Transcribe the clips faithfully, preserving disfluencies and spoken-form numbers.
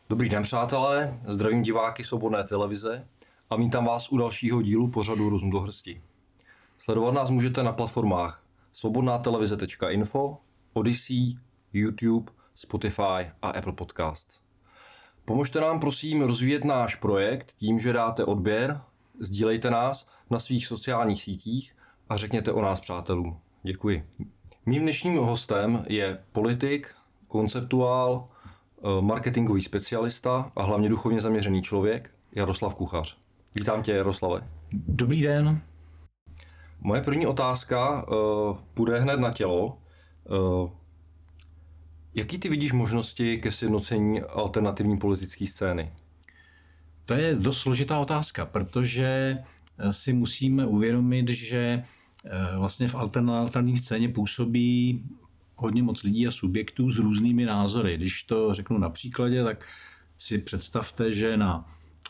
Dobrý den, přátelé, zdravím diváky Svobodné televize a vítám vás u dalšího dílu pořadu Rozum do hrsti. Sledovat nás můžete na platformách svobodná televize tečka info, Odyssey, YouTube, Spotify a Apple Podcasts. Pomožte nám prosím rozvíjet náš projekt tím, že dáte odběr, sdílejte nás na svých sociálních sítích a řekněte o nás přátelům. Děkuji. Mým dnešním hostem je politik, konceptuál, marketingový specialista a hlavně duchovně zaměřený člověk Jaroslav Kuchař. Vítám tě, Jaroslave. Dobrý den. Moje první otázka uh, půjde hned na tělo. Uh, jaký ty vidíš možnosti ke sjednocení alternativní politické scény? To je dost složitá otázka, protože si musíme uvědomit, že vlastně v alternativní scéně působí hodně moc lidí a subjektů s různými názory. Když to řeknu na příkladě, tak si představte, že na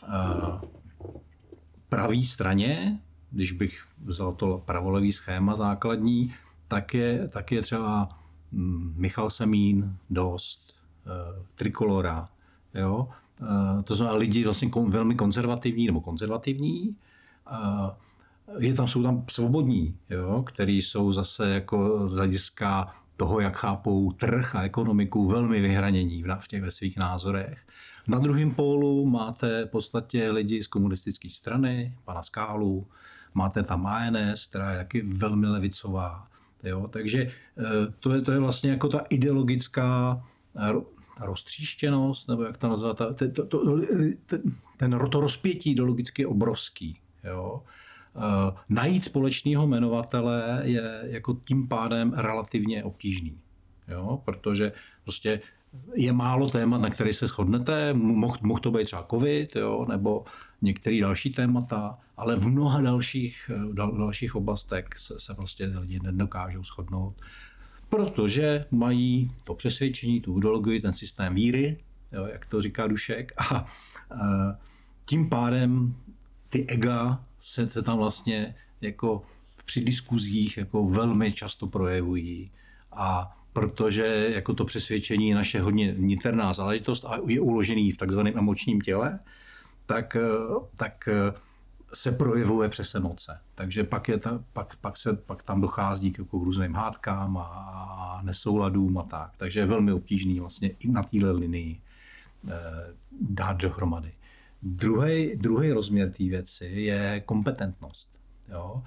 pravé straně, když bych vzal to pravolevý schéma základní, tak je, tak je třeba Michal Semín, Dost, Trikolora. Jo? To znamená lidi vlastně velmi konzervativní nebo konzervativní. Je tam, jsou tam svobodní, jo? Který jsou zase jako z hlediska toho, jak chápou trh a ekonomiku, velmi vyhranění v těch ve svých názorech. Na druhém pólu máte v podstatě lidi z komunistické strany, pana Skálu, máte tam A N S, která je taky velmi levicová. Jo? Takže to je, to je vlastně jako ta ideologická roztříštěnost, nebo jak to nazvat, to, to, to, ten, to rozpětí ideologicky je obrovský. Jo? Najít společného jmenovatele je jako tím pádem relativně obtížný, jo? Protože prostě je málo témat, na které se shodnete, mohl, mohl to být třeba covid, jo? Nebo některé další témata, ale v mnoha dalších, dal, dalších oblastech se, se prostě lidi nedokážou shodnout, protože mají to přesvědčení, tu ideologii, ten systém víry, jo? Jak to říká Dušek, a, a tím pádem ty ega se, se tam vlastně jako při diskuzích jako velmi často projevují, a protože jako to přesvědčení je naše hodně niterná záležitost a je uložený v takzvaném emočním těle, tak, tak se projevuje přes emoce. Takže pak, je ta, pak, pak, se, pak tam dochází k jako různým hádkám a nesouladům a tak. Takže je velmi obtížný vlastně i na téhle linii dát dohromady. Druhý, druhý rozměr té věci je kompetentnost. Jo?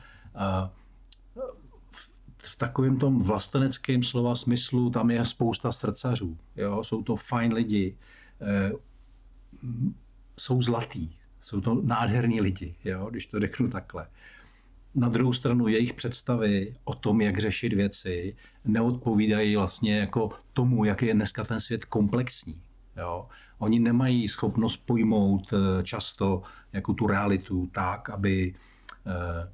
V, v takovém tom vlasteneckém slova smyslu tam je spousta srdcařů. Jo? Jsou to fajn lidi, jsou zlatý, jsou to nádherní lidi, jo? Když to řeknu takhle. Na druhou stranu jejich představy o tom, jak řešit věci, neodpovídají vlastně jako tomu, jak je dneska ten svět komplexní. Jo. Oni nemají schopnost pojmout často jako tu realitu tak, aby eh,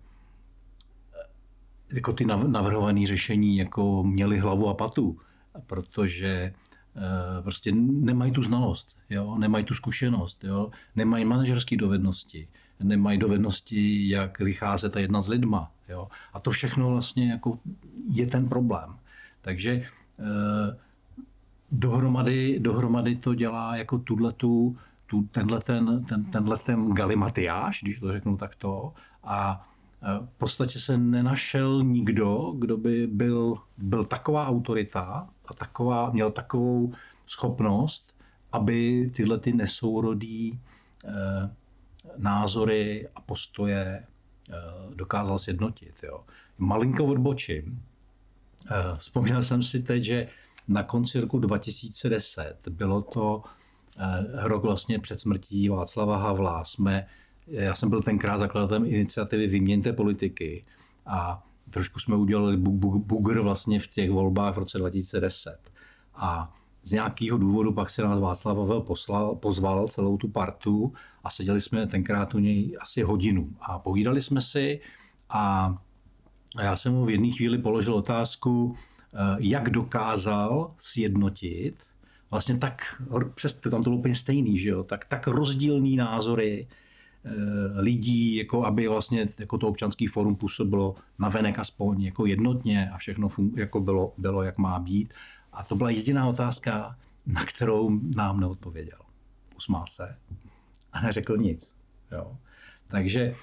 jako ty navrhované řešení jako měly hlavu a patu, protože eh, prostě nemají tu znalost, jo, nemají tu zkušenost, jo, nemají manažerské dovednosti, nemají dovednosti, jak vycházet a jednat s lidma, jo. A to všechno vlastně jako je ten problém. Takže eh, Dohromady, dohromady to dělá jako tuhletu, tu, tenhle ten, ten, tenhle ten galimatiáš, když to řeknu takto, a v podstatě se nenašel nikdo, kdo by byl, byl taková autorita a taková, měl takovou schopnost, aby tyhle ty nesourodý eh, názory a postoje eh, dokázal sjednotit. Jo. Malinko odbočím. Eh, vzpomněl jsem si teď, že na konci roku dva tisíce deset, bylo to eh, rok vlastně před smrtí Václava Havla, jsme, já jsem byl tenkrát zakladatelem iniciativy Vyměňte politiky a trošku jsme udělali bugr vlastně v těch volbách v roce dva tisíce deset. A z nějakého důvodu pak se nás Václav Havel poslal, pozval celou tu partu a seděli jsme tenkrát u něj asi hodinu a povídali jsme si, a já jsem mu v jedné chvíli položil otázku, jak dokázal sjednotit vlastně tak, přes, tam to bylo úplně stejný, že jo, tak, tak rozdílný názory lidí, jako aby vlastně jako to občanský fórum působilo navenek aspoň jako jednotně a všechno jako bylo, bylo, jak má být. A to byla jediná otázka, na kterou nám neodpověděl. usmál se a neřekl nic. Jo. Takže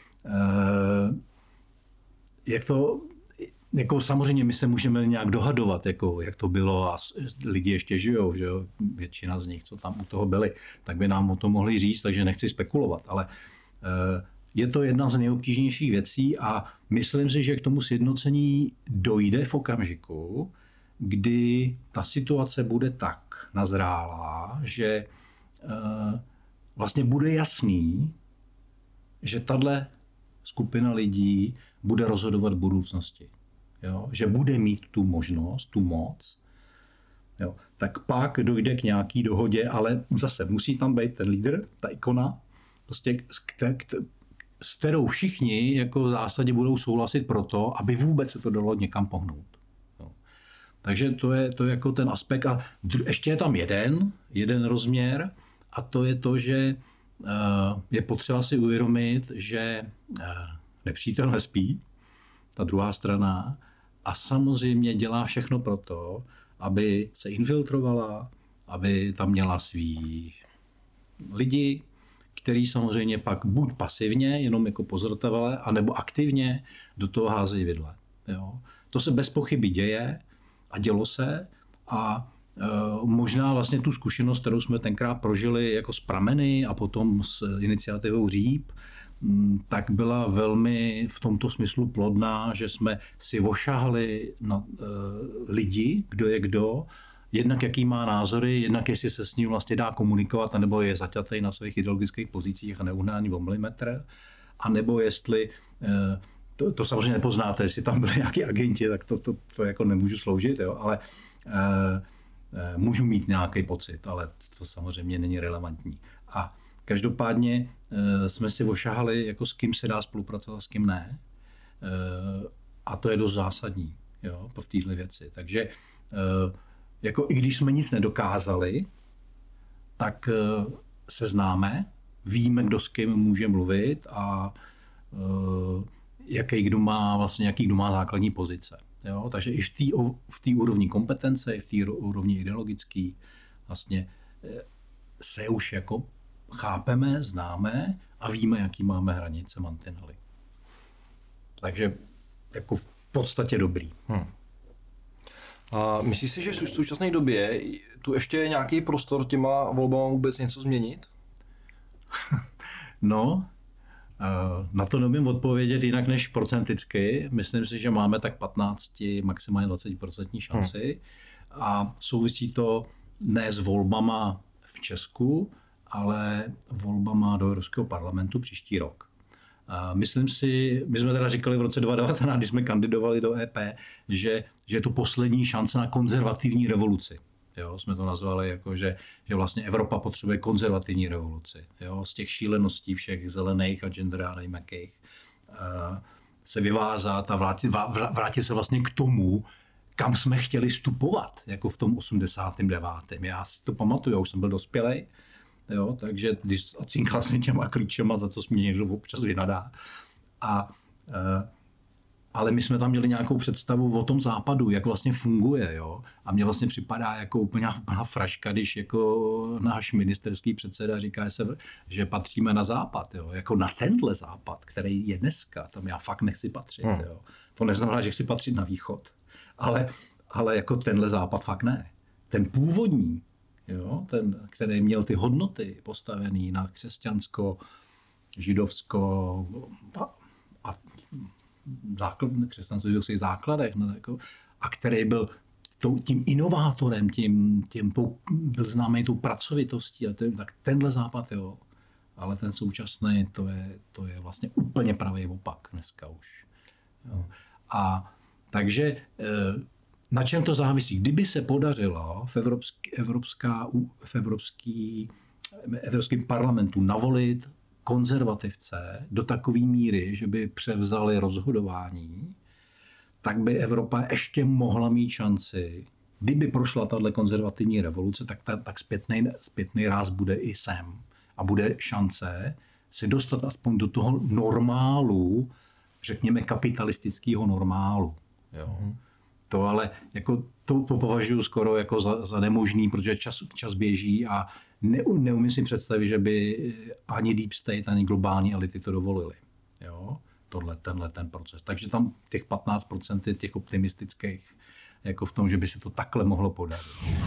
jak to, jako samozřejmě my se můžeme nějak dohadovat, jako jak to bylo a lidi ještě žijou, že jo? Většina z nich, co tam u toho byli, tak by nám o tom mohli říct, takže nechci spekulovat, ale je to jedna z nejobtížnějších věcí a myslím si, že k tomu sjednocení dojde v okamžiku, kdy ta situace bude tak nazrálá, že vlastně bude jasný, že tahle skupina lidí bude rozhodovat v budoucnosti. Jo? Že bude mít tu možnost, tu moc, jo? Tak pak dojde k nějaký dohodě, ale zase musí tam být ten lídr, ta ikona, prostě, s kterou všichni jako v zásadě budou souhlasit proto, aby vůbec se to dalo někam pohnout. Jo? Takže to je, to je jako ten aspekt. A ještě je tam jeden, jeden rozměr, a to je to, že je potřeba si uvědomit, že nepřítel nespí, ta druhá strana, a samozřejmě dělá všechno pro to, aby se infiltrovala, aby tam měla svý lidi, který samozřejmě pak buď pasivně, jenom jako pozorovatelé, anebo aktivně do toho házejí vidle. Jo. To se bez pochyby děje a dělo se a možná vlastně tu zkušenost, kterou jsme tenkrát prožili jako s prameny a potom s iniciativou Říp, tak byla velmi v tomto smyslu plodná, že jsme si ošahali na uh, lidi, kdo je kdo, jednak jaký má názory, jednak jestli se s ním vlastně dá komunikovat, anebo je zaťatý na svých ideologických pozicích a neuhnání o milimetr, anebo jestli, uh, to, to samozřejmě nepoznáte, jestli tam byli nějaký agenti, tak to, to, to jako nemůžu sloužit, jo, ale uh, můžu mít nějaký pocit, ale to samozřejmě není relevantní. A každopádně jsme si ošahali, jako s kým se dá spolupracovat a s kým ne. A to je dost zásadní, jo, v této věci. Takže jako i když jsme nic nedokázali, tak se známe, víme, kdo s kým může mluvit a jaký kdo má, vlastně, jaký kdo má základní pozice. Jo? Takže i v té v té úrovni kompetence, i v té úrovni ideologické vlastně se už jako chápeme, známe a víme, jaký máme hranice, mantinely. Takže jako v podstatě dobrý. Hmm. A myslíš si, že v současné době tu ještě je nějaký prostor těma volbama vůbec něco změnit? No, na to nemím odpovědět jinak než procenticky. Myslím si, že máme tak patnáct, maximálně dvacet procent šanci. Hmm. A souvisí to ne s volbama v Česku, ale volbama do Evropského parlamentu příští rok. A myslím si, my jsme teda říkali v roce dva tisíce devatenáct, když jsme kandidovali do E P, že, že je to poslední šance na konzervativní revoluci. Jo, jsme to nazvali jako, že, že vlastně Evropa potřebuje konzervativní revoluci. Jo, z těch šíleností všech zelených a gender a nevím jakých se vyvázat a vrátit, vrátit se vlastně k tomu, kam jsme chtěli vstupovat, jako v tom osmdesátém devátém Já si to pamatuju, já už jsem byl dospělej, jo, takže když cinkal jsem těma klíčema, za to mě někdo občas vynadá. A, e, ale my jsme tam měli nějakou představu o tom západu, jak vlastně funguje. Jo? A mně vlastně připadá jako úplně úplná fraška, když jako náš ministerský předseda říká, že patříme na západ. Jo? Jako na tenhle západ, který je dneska, tam já fakt nechci patřit. Hmm. Jo? To neznamená, že chci patřit na východ. Ale, ale jako tenhle západ fakt ne. Ten původní, jo? Ten, který měl ty hodnoty postavený na křesťansko, židovsko a, a základ, křesťanských základech, no, jako, a který byl tou, tím inovátorem, tím, tím tou, byl známý tou pracovitostí, a to, tak tenhle západ, jo. Ale ten současný, to je, to je vlastně úplně pravý opak dneska už. Jo. A takže na čem to závisí? Kdyby se podařilo v, evropský, evropská, v evropský, evropském parlamentu navolit konzervativce do takové míry, že by převzali rozhodování, tak by Evropa ještě mohla mít šanci. Kdyby prošla tahle konzervativní revoluce, tak, ta, tak zpětný, zpětný ráz bude i sem. A bude šance se dostat aspoň do toho normálu, řekněme kapitalistického normálu. Jo. Mm. To ale jako to, to považuji skoro jako za, za nemožný, protože čas, čas běží a ne, neumím si představit, že by ani Deep State, ani globální elity to dovolili. Jo? Tohle, tenhle ten proces. Takže tam těch patnáct procent je těch optimistických, jako v tom, že by se to takhle mohlo podařit.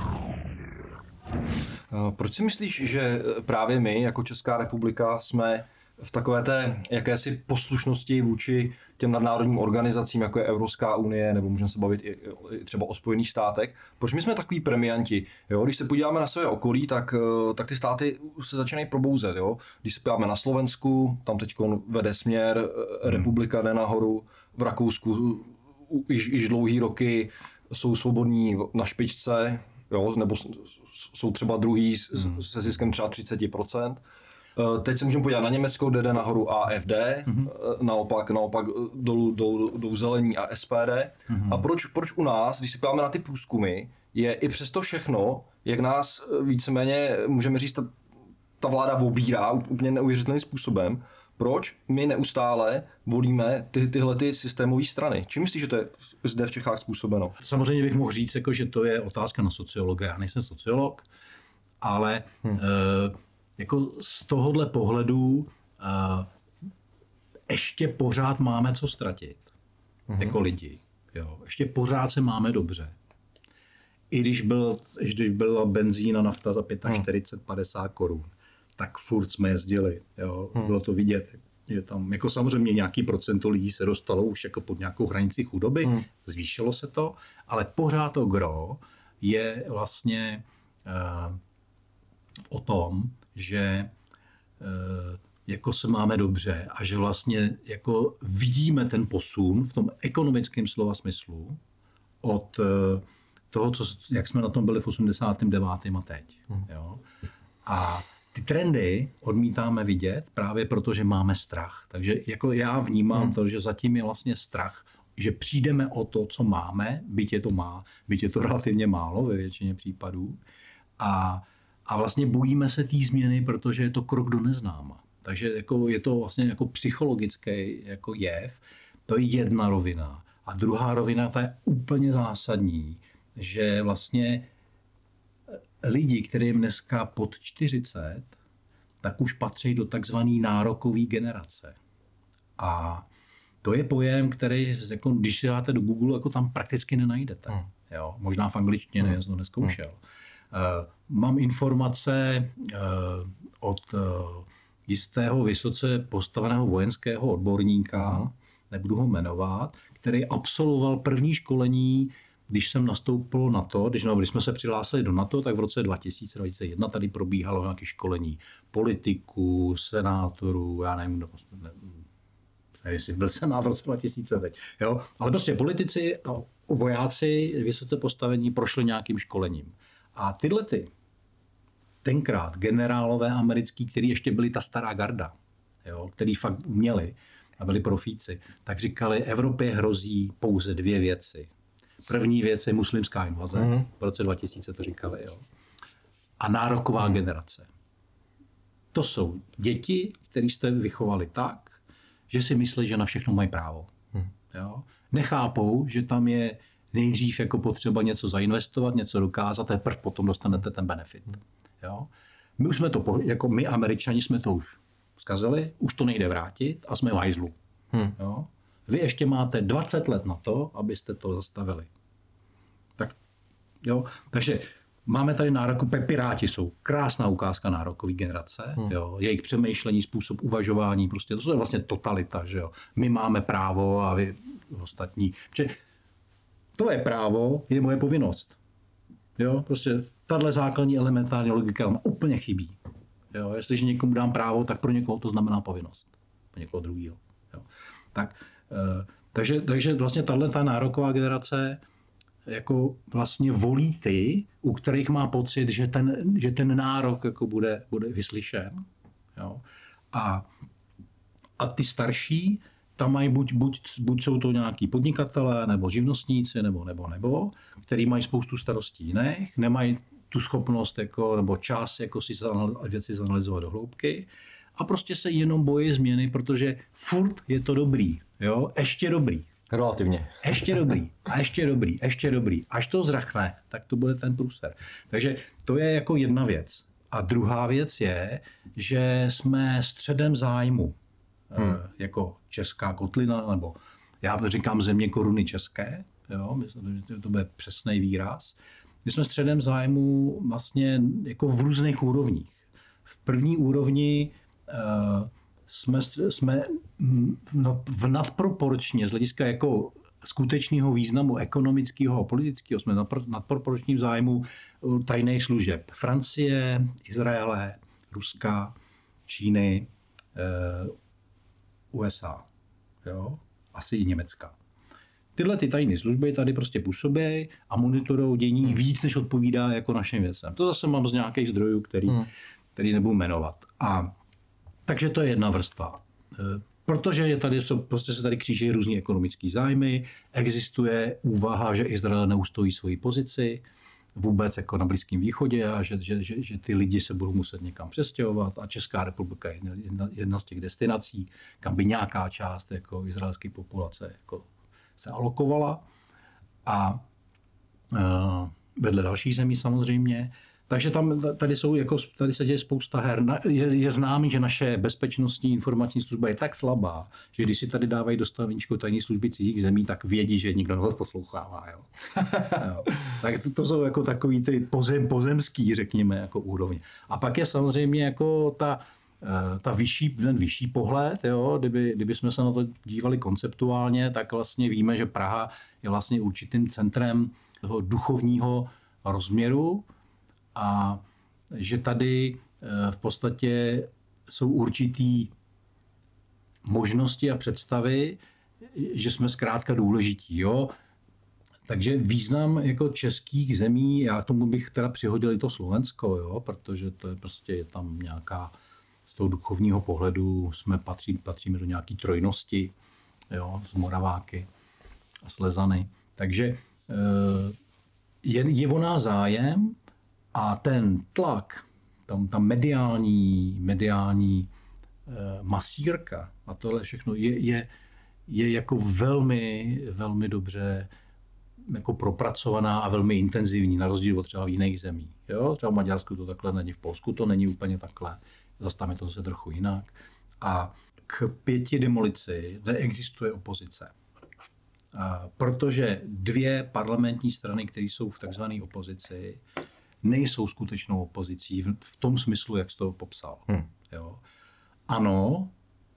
Proč si myslíš, že právě my, jako Česká republika, jsme v takové té jakési poslušnosti vůči těm nadnárodním organizacím, jako je Evropská unie, nebo můžeme se bavit i třeba o Spojených státech. Proč my jsme takový premianti? Jo? Když se podíváme na své okolí, tak, tak ty státy se začínají probouzet. Jo? Když se podíváme na Slovensku, tam teď vede směr, hmm. republika jde nahoru, v Rakousku již, již dlouhý roky jsou svobodní na špičce, jo? Nebo jsou třeba druhý hmm. se ziskem třeba třicet procent. Teď se můžeme podívat na Německo, kde jde nahoru A F D, mm-hmm. naopak, naopak dolů, dolů, dolů zelení a S P D. Mm-hmm. A proč, proč u nás, když si podíváme na ty průzkumy, je i přesto všechno, jak nás víceméně, můžeme říct, ta, ta vláda obírá úplně neuvěřitelným způsobem, proč my neustále volíme ty, tyhle ty systémové strany? Čím myslíš, že to je zde v Čechách způsobeno? Samozřejmě bych mohl říct, jako, že to je otázka na sociologa. Já nejsem sociolog, ale hmm. eh, jako z tohohle pohledu uh, ještě pořád máme co ztratit uh-huh. jako lidi. Jo. Ještě pořád se máme dobře. I když, byl, když byla benzína, nafta za čtyřicet pět padesát korun, tak furt jsme jezdili. Jo. Uh-huh. Bylo to vidět. Je tam, jako samozřejmě nějaký procento lidí se dostalo už jako pod nějakou hranici chudoby, uh-huh. zvýšilo se to, ale pořád to gro je vlastně uh, o tom, že e, jako se máme dobře a že vlastně jako vidíme ten posun v tom ekonomickém slova smyslu od e, toho, co, jak jsme na tom byli v osmdesátém devátém a teď. Hmm. Jo? A ty trendy odmítáme vidět právě proto, že máme strach. Takže jako já vnímám hmm. to, že zatím je vlastně strach, že přijdeme o to, co máme, byť je to má, byť je to relativně málo ve většině případů. A A vlastně bojíme se té změny, protože je to krok do neznáma. Takže jako je to vlastně jako psychologický jako jev. To je jedna rovina. A druhá rovina, ta je úplně zásadní, že vlastně lidi, kterým dneska pod čtyřicet, tak už patří do takzvané nárokové generace. A to je pojem, který, jako, když si dáte do Google, jako tam prakticky nenajdete. Hmm. Jo? Možná v angličtině, hmm. nejsem to neskoušel. Hmm. Uh, mám informace uh, od uh, jistého vysoce postaveného vojenského odborníka, uh-huh. nebudu ho jmenovat, který absolvoval první školení, když jsem nastoupil na to, když, no, když jsme se přihlásili do NATO, tak v roce dva tisíce dvacet jedna tady probíhalo nějaké školení politiků, senátorů, já nevím, kdo, ne, nevím, jestli byl senát v roce dva tisíce teď, jo? Ale prostě politici a vojáci vysoce postavení prošli nějakým školením. A tyhle ty, tenkrát generálové americký, kteří ještě byli ta stará garda, jo, který fakt uměli a byli profíci, tak říkali, Evropě hrozí pouze dvě věci. První věc je muslimská invaze, mm. v roce dva tisíce to říkali, jo. A nároková mm. generace. To jsou děti, které jste vychovali tak, že si myslí, že na všechno mají právo. Mm. Jo. Nechápou, že tam je nejdřív jako potřeba něco zainvestovat, něco dokázat, a teprve potom dostanete ten benefit. Jo? My už jsme to, jako my Američani jsme to už zkazili, už to nejde vrátit a jsme v hajzlu. Hmm. Jo? Vy ještě máte dvacet let na to, abyste to zastavili. Tak, jo? Takže máme tady nároku, Piráti jsou krásná ukázka nárokové generace, hmm. jo? Jejich přemýšlení, způsob uvažování, prostě to je vlastně totalita, že jo? My máme právo a vy ostatní. Protože tvoje právo je moje povinnost. Jo, prostě tahle základní elementární logika vám úplně chybí. Jo, jestliže někomu dám právo, tak pro někoho to znamená povinnost. Pro někoho druhýho. Jo. Tak, e, takže, takže vlastně tahle ta nároková generace jako vlastně volí ty, u kterých má pocit, že ten, že ten nárok jako bude, bude vyslyšen. Jo. A, a ty starší tam mají buď, buď, buď jsou to nějaký podnikatelé, nebo živnostníci, nebo, nebo, nebo, který mají spoustu starostí jiných, nemají tu schopnost jako, nebo čas jako si věci zanalyzovat do hloubky a prostě se jenom bojí změny, protože furt je to dobrý, jo, ještě dobrý. Relativně. Ještě dobrý, a ještě dobrý, ještě dobrý. Až to zrachne, tak to bude ten průser. Takže to je jako jedna věc. A druhá věc je, že jsme středem zájmu, hmm. jako česká kotlina, nebo já říkám země koruny české, jo, to bude přesný výraz. My jsme středem zájmu vlastně jako v různých úrovních. V první úrovni uh, jsme, jsme v nadproporčně z hlediska jako skutečného významu ekonomického a politického jsme v nadproporčním zájmu tajných služeb Francie, Izraele, Ruska, Číny, U S A, jo? Asi i Německa. Tyhle ty tajné služby tady prostě působí a monitorují dění hmm. víc, než odpovídá jako našim věcem. To zase mám z nějakých zdrojů, který, hmm. který nebudu jmenovat. A takže to je jedna vrstva. Protože je tady, prostě se tady kříží různý ekonomický zájmy, existuje úvaha, že Izrael neustojí svoji pozici vůbec jako na Blízkém východě a že, že, že, že ty lidi se budou muset někam přestěhovat a Česká republika je jedna, jedna z těch destinací, kam by nějaká část jako izraelské populace jako se alokovala a uh, vedle dalších zemí samozřejmě. Takže tam tady, jsou jako, tady se děje spousta her. Je, je známý, že naše bezpečnostní informační služba je tak slabá, že když si tady dávají do stavíčku tajné služby cizích zemí, tak vědí, že nikdo ho poslouchává. Jo? Jo. Tak to, to jsou jako takový ty pozem, pozemský, řekněme, jako úrovně. A pak je samozřejmě jako ta, ta vyšší, ten vyšší pohled, jo? Kdyby, kdyby jsme se na to dívali konceptuálně, tak vlastně víme, že Praha je vlastně určitým centrem toho duchovního rozměru, a že tady v podstatě jsou určitý možnosti a představy, že jsme zkrátka důležití. Jo? Takže význam jako českých zemí, já tomu bych teda přihodil i to Slovensko, jo? Protože to je prostě je tam nějaká, z toho duchovního pohledu jsme patří, patříme do nějaké trojnosti, jo? Z Moraváky a Slezany. Takže je, je o nás zájem. A ten tlak, tam ta mediální, mediální e, masírka a tohle všechno je, je, je jako velmi, velmi dobře jako propracovaná a velmi intenzivní, na rozdíl od třeba v jiných zemí. Jo? Třeba v Maďarsku to takhle není, v Polsku to není úplně takhle, zase tam je to zase trochu jinak. A k pěti demolici neexistuje opozice. A protože dvě parlamentní strany, které jsou v takzvané opozici, nejsou skutečnou opozicí v tom smyslu, jak jsi to popsal. Hmm. Jo. Ano,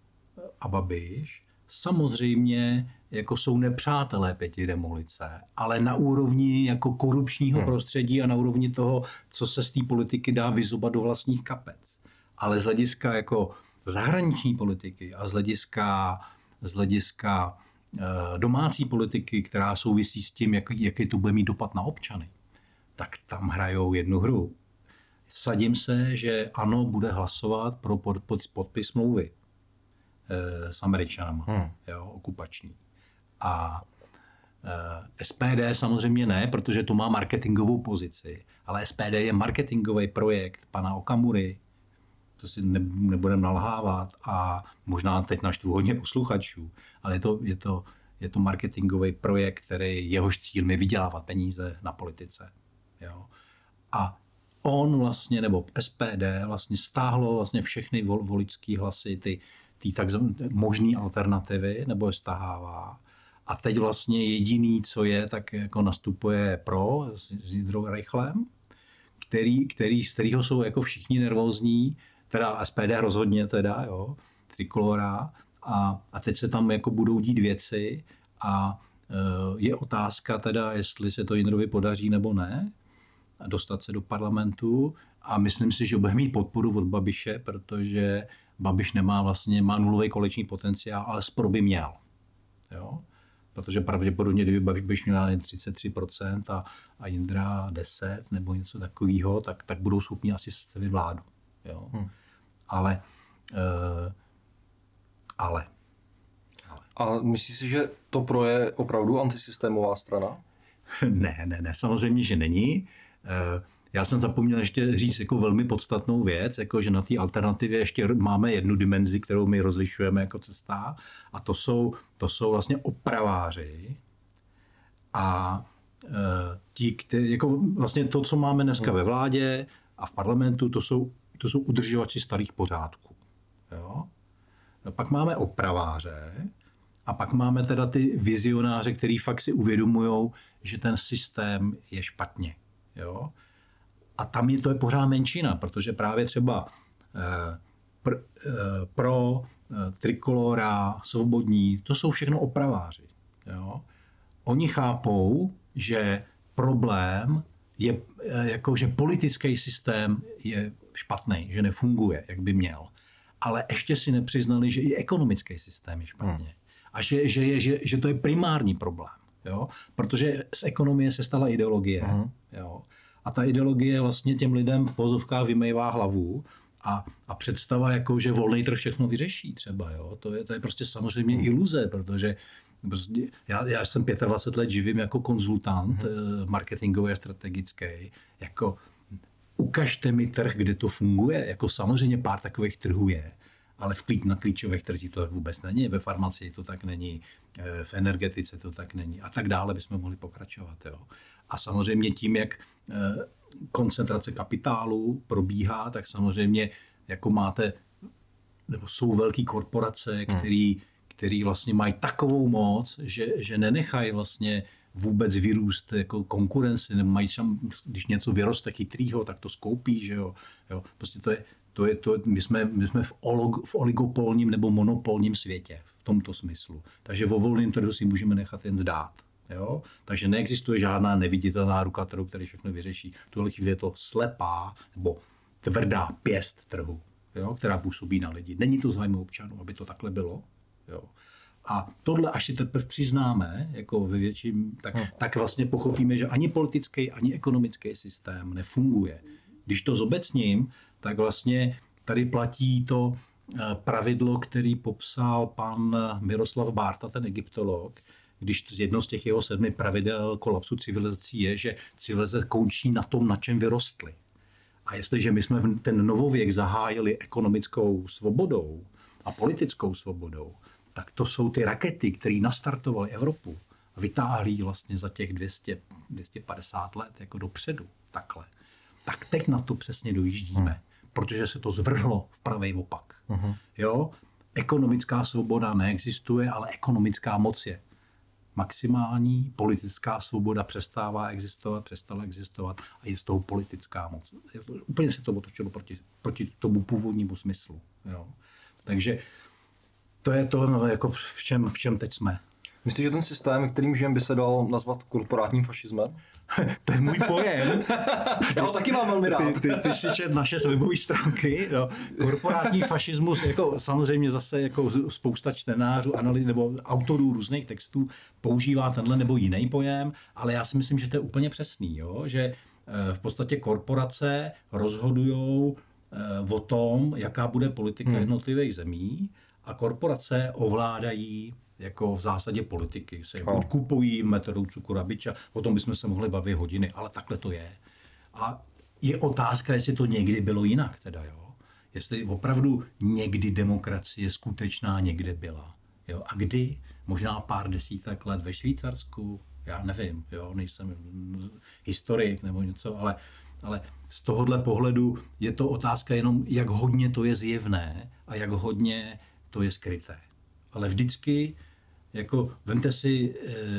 a Babiš samozřejmě jako jsou nepřátelé pěti demolice, ale na úrovni jako korupčního hmm. prostředí a na úrovni toho, co se z té politiky dá vyzobat do vlastních kapec. Ale z hlediska jako zahraniční politiky a z hlediska, z hlediska uh, domácí politiky, která souvisí s tím, jak, jaký to bude mít dopad na občany, tak tam hrajou jednu hru. Vsadím se, že ANO bude hlasovat pro pod, pod, podpis smlouvy e, s Američanama, hmm. jo, okupační. A e, S P D samozřejmě ne, protože to má marketingovou pozici, ale S P D je marketingový projekt pana Okamury, to si ne, nebudeme nalhávat a možná teď naštvu hodně posluchačů, ale je to, je to, je to marketingový projekt, který jehož cílem je vydělávat peníze na politice. Jo. A on vlastně, nebo S P D vlastně stáhlo vlastně všechny vol, voličský hlasy, ty, ty takzvané možné alternativy, nebo je stahává. A teď vlastně jediný, co je, tak jako nastupuje pro s, s Jindrou Reichlem, který, který, z kterého jsou jako všichni nervózní, teda S P D rozhodně teda, jo, Trikolora. A, a teď se tam jako budou dít věci a e, je otázka teda, jestli se to Jindrovi podaří nebo ne, dostat se do parlamentu a myslím si, že bude mít podporu od Babiše, protože Babiš nemá vlastně, má nulový koaliční potenciál, ale spor by měl. Jo? Protože pravděpodobně, kdyby Babiš měl třicet tři procent a, a Jindra deset procent nebo něco takového, tak, tak budou schopni asi sestavit vládu. Jo? Hmm. Ale, uh, ale, ale. A myslíš si, že to pro je opravdu antisystémová strana? Ne, ne, ne, samozřejmě, že není. já jsem zapomněl ještě říct jako velmi podstatnou věc, jako že na té alternativě ještě máme jednu dimenzi, kterou my rozlišujeme jako cesta, a to jsou, to jsou vlastně opraváři a e, ti, kteří, jako vlastně to, co máme dneska ve vládě a v parlamentu, to jsou, to jsou udržovači starých pořádků. Jo? Pak máme opraváře a pak máme teda ty vizionáře, kteří fakt si uvědomujou, že ten systém je špatně. Jo? A tam je to je pořád menšina, protože právě třeba eh, pr, eh, pro, eh, Trikolora, Svobodní, to jsou všechno opraváři. Jo? Oni chápou, že problém je, eh, jako, že politický systém je špatný, že nefunguje, jak by měl. Ale ještě si nepřiznali, že i ekonomický systém je špatně. Hmm. A že, že, je, že, že to je primární problém. Jo? Protože z ekonomie se stala ideologie. Hmm. Jo? A ta ideologie vlastně těm lidem v vozovkách vymejvá hlavu a, a představa, jako, že volný trh všechno vyřeší třeba. Jo? To, je, to je prostě samozřejmě hmm. iluze, protože prostě já, já jsem dvacet pět let živím jako konzultant hmm. marketingový a strategický. Jako, ukažte mi trh, kde to funguje. Jako samozřejmě pár takových trhů je, ale v klíč, na klíčových trzích to vůbec není. Ve farmacii to tak není, v energetice to tak není a tak dále bychom mohli pokračovat. Jo. A samozřejmě tím, jak koncentrace kapitálu probíhá, tak samozřejmě jako máte, nebo jsou velké korporace, který, hmm. který vlastně mají takovou moc, že, že nenechají vlastně vůbec vyrůst jako konkurenci, nemají tam, když něco vyroste chytrýho, tak to skoupí, že jo. jo. Prostě to je, to je, to, my jsme, my jsme v, olog, v oligopolním nebo monopolním světě, v tomto smyslu. Takže vo volném trhu si můžeme nechat jen zdát. Jo? Takže neexistuje žádná neviditelná ruka trhu, který všechno vyřeší. V tuhle chvíli je to slepá nebo tvrdá pěst trhu, jo? Která působí na lidi. Není to zájmu občanů, aby to takhle bylo. Jo? A tohle, až si teprve přiznáme, jako ve větším, tak, hmm. tak vlastně pochopíme, že ani politický, ani ekonomický systém nefunguje. Když to zobecním, tak vlastně tady platí to pravidlo, který popsal pan Miroslav Bárta, ten egyptolog, když jedno z těch jeho sedmi pravidel kolapsu civilizací je, že civilizace končí na tom, na čem vyrostly. A jestliže my jsme ten novověk zahájili ekonomickou svobodou a politickou svobodou, tak to jsou ty rakety, které nastartovaly Evropu a vytáhly vlastně za těch dvě stě, dvě stě padesát let jako dopředu, takhle. Tak teď na to přesně dojíždíme, hmm. protože se to zvrhlo v pravej opak. Hmm. Jo? Ekonomická svoboda neexistuje, ale ekonomická moc je maximální, politická svoboda přestává existovat, přestala existovat a je z toho politická moc. Úplně se to otočilo proti, proti tomu původnímu smyslu. Jo? Takže to je to, no, jako v čem, v čem teď jsme. Myslíš, že ten systém, kterým žijem, by se dal nazvat korporátním fašismem? To je můj pojem. Já ho taky mám velmi rád. Ty, ty, ty si čet naše webové stránky. No. Korporátní fašismus, jako samozřejmě zase jako spousta čtenářů, analýz, nebo autorů různých textů používá tenhle nebo jiný pojem, ale já si myslím, že to je úplně přesný, jo? Že v podstatě korporace rozhodujou o tom, jaká bude politika hmm. jednotlivých zemí, a korporace ovládají jako v zásadě politiky. Se buď kupují metodou cukru a biča, o tom bychom se mohli bavit hodiny, ale takhle to je. A je otázka, jestli to někdy bylo jinak teda, jo. Jestli opravdu někdy demokracie skutečná někde byla. Jo. A kdy? Možná pár desítek let ve Švýcarsku, já nevím, jo, nejsem historik nebo něco, ale, ale z tohohle pohledu je to otázka jenom, jak hodně to je zjevné a jak hodně to je skryté. Ale vždycky, jako vemte si,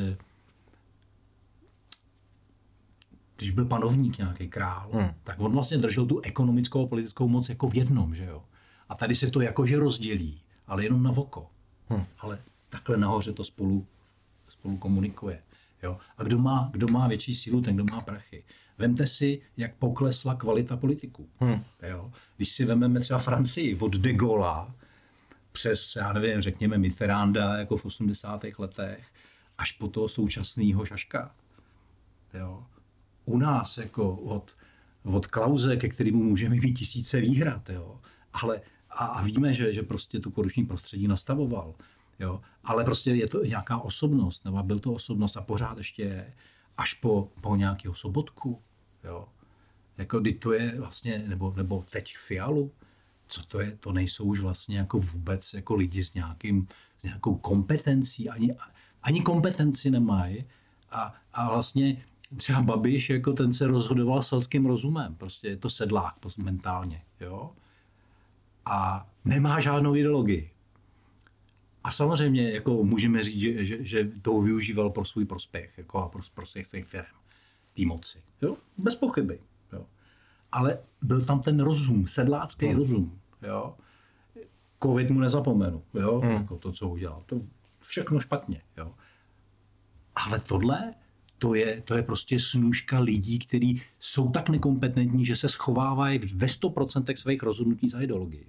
když byl panovník nějaký král, hmm. tak on vlastně držel tu ekonomickou a politickou moc jako v jednom, že jo. A tady se to jakože rozdělí, ale jenom na oko. Hmm. Ale takhle nahoře to spolu, spolu komunikuje. Jo. A kdo má, kdo má větší sílu, ten, kdo má prachy. Vemte si, jak poklesla kvalita politiků. Hmm. Jo. Když si vememe třeba Francii od de Gaulle'a, přes, já nevím, řekněme Mitterranda jako v osmdesátých letech, až po toho současného Šaška. Jo. U nás jako od, od Klause, ke kterému můžeme mít tisíce výhrad, jo. Ale a, a víme, že, že prostě tu korupční prostředí nastavoval. Jo. Ale prostě je to nějaká osobnost, nebo byl to osobnost a pořád ještě je, až po, po nějakého Sobotku. Jo. Jako kdy to je vlastně, nebo, nebo teď Fialu, co to je, to nejsou už vlastně jako vůbec jako lidi s, nějakým, s nějakou kompetencí, ani, ani kompetenci nemají a, a vlastně třeba Babiš, jako ten se rozhodoval selským rozumem, prostě je to sedlák mentálně, jo, a nemá žádnou ideologii. A samozřejmě jako můžeme říct, že, že, že to využíval pro svůj prospěch, jako a pro prospěch svých firm, té moci, jo, bez pochyby, jo. Ale byl tam ten rozum, sedlácký hmm. rozum, jo. Covid mu nezapomenu, jo, hmm. jako to, co udělal, to všechno špatně, jo. Ale tohle, to je, to je prostě snůška lidí, kteří jsou tak nekompetentní, že se schovávají ve sto procent svých rozhodnutí za ideologii.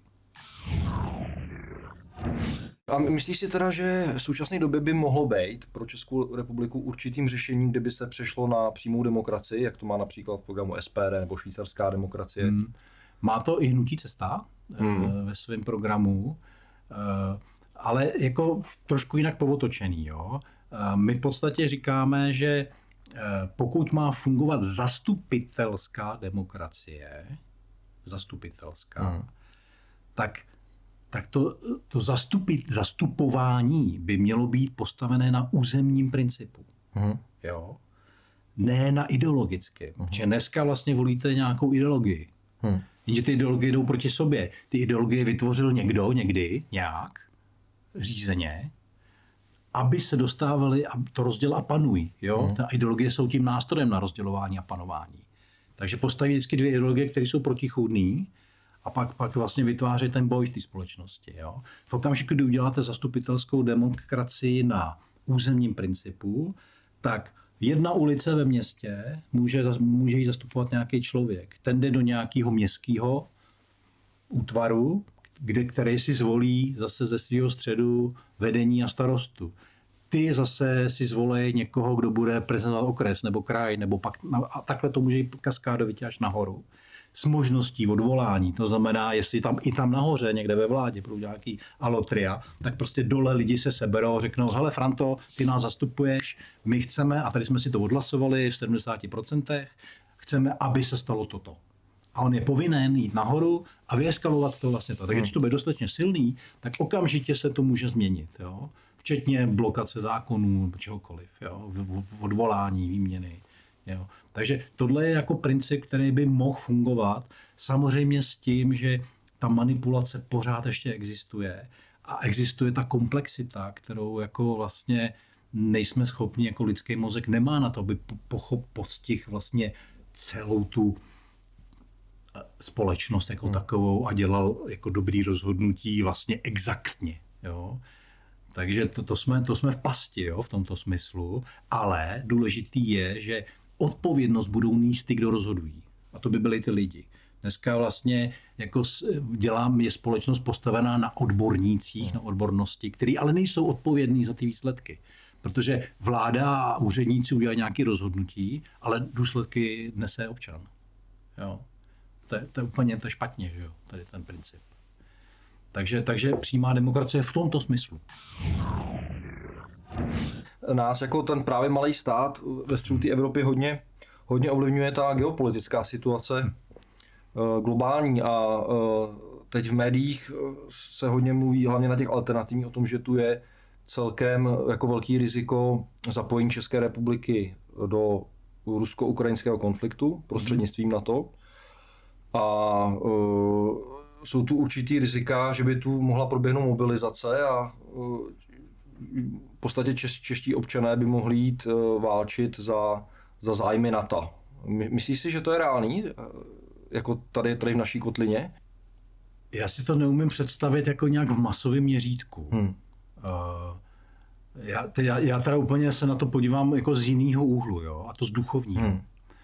A myslíš si teda, že v současné době by mohlo být pro Českou republiku určitým řešením, kdyby se přešlo na přímou demokracii, jak to má například v programu S P D nebo švýcarská demokracie? Hmm. Má to i hnutí Cesta hmm. ve svém programu, ale jako trošku jinak povotočený. Jo? My v podstatě říkáme, že pokud má fungovat zastupitelská demokracie, zastupitelská, hmm. tak tak to, to zastupit, zastupování by mělo být postavené na územním principu. Uh-huh. Jo? Ne na ideologickém. Uh-huh. Že dneska vlastně volíte nějakou ideologii. Uh-huh. Jenže ty ideologie jdou proti sobě. Ty ideologie vytvořil někdo, někdy, nějak, řízeně, aby se dostávali, a to rozděl a panuj. Jo? Uh-huh. Ta ideologie jsou tím nástrojem na rozdělování a panování. Takže postaví vždycky dvě ideologie, které jsou protichůdné, a pak, pak vlastně vytváří ten boj v té společnosti. Jo? V okamžiku, kdy uděláte zastupitelskou demokracii na územním principu, tak jedna ulice ve městě může, může jí zastupovat nějaký člověk. Ten jde do nějakého městského útvaru, kde, který si zvolí zase ze svého středu vedení a starostu. Ty zase si zvolí někoho, kdo bude prezentovat okres nebo kraj, nebo pak, a takhle to může jít kaskádovitě až nahoru. S možností odvolání. To znamená, jestli tam i tam nahoře, někde ve vládě, budou nějaký alotria, tak prostě dole lidi se seberou a řeknou, hele Franto, ty nás zastupuješ, my chceme, a tady jsme si to odhlasovali v sedmdesáti procentech, chceme, aby se stalo toto. A on je povinen jít nahoru a vyeskalovat to vlastně to. Takže když to bude dostatečně silný, tak okamžitě se to může změnit. Jo? Včetně blokace zákonů, čehokoliv, jo? Odvolání, výměny. Jo. Takže tohle je jako princip, který by mohl fungovat, samozřejmě s tím, že ta manipulace pořád ještě existuje a existuje ta komplexita, kterou jako vlastně nejsme schopni, jako lidský mozek nemá na to, aby pochop, postih vlastně celou tu společnost jako hmm. takovou a dělal jako dobrý rozhodnutí vlastně exaktně. Jo. Takže to, to, jsme, to jsme v pasti, jo, v tomto smyslu, ale důležitý je, že odpovědnost budou nést ty, kdo rozhodují. A to by byli ty lidi. Dneska vlastně jako dělám, je společnost postavená na odbornících, na odbornosti, který ale nejsou odpovědní za ty výsledky. Protože vláda a úředníci udělají nějaké rozhodnutí, ale důsledky nese občan. Jo. To, je, to je úplně to je špatně, že jo, tady ten princip. Takže, takže přímá demokracie v tomto smyslu. Nás jako ten právě malý stát ve středu té Evropy hodně, hodně ovlivňuje ta geopolitická situace globální a teď v médiích se hodně mluví, hlavně na těch alternativních, o tom, že tu je celkem jako velký riziko zapojení České republiky do rusko-ukrajinského konfliktu prostřednictvím NATO. A uh, jsou tu určitý rizika, že by tu mohla proběhnout mobilizace a uh, v podstatě čes, čeští občané by mohli jít uh, válčit za, za zájmy NATO. My, myslíš si, že to je reálný, uh, jako tady, tady v naší kotlině? Já si to neumím představit jako nějak v masovém měřítku. Hmm. Uh, já, já, já teda úplně se na to podívám jako z jiného úhlu, jo? A to z duchovního. Hmm. Uh,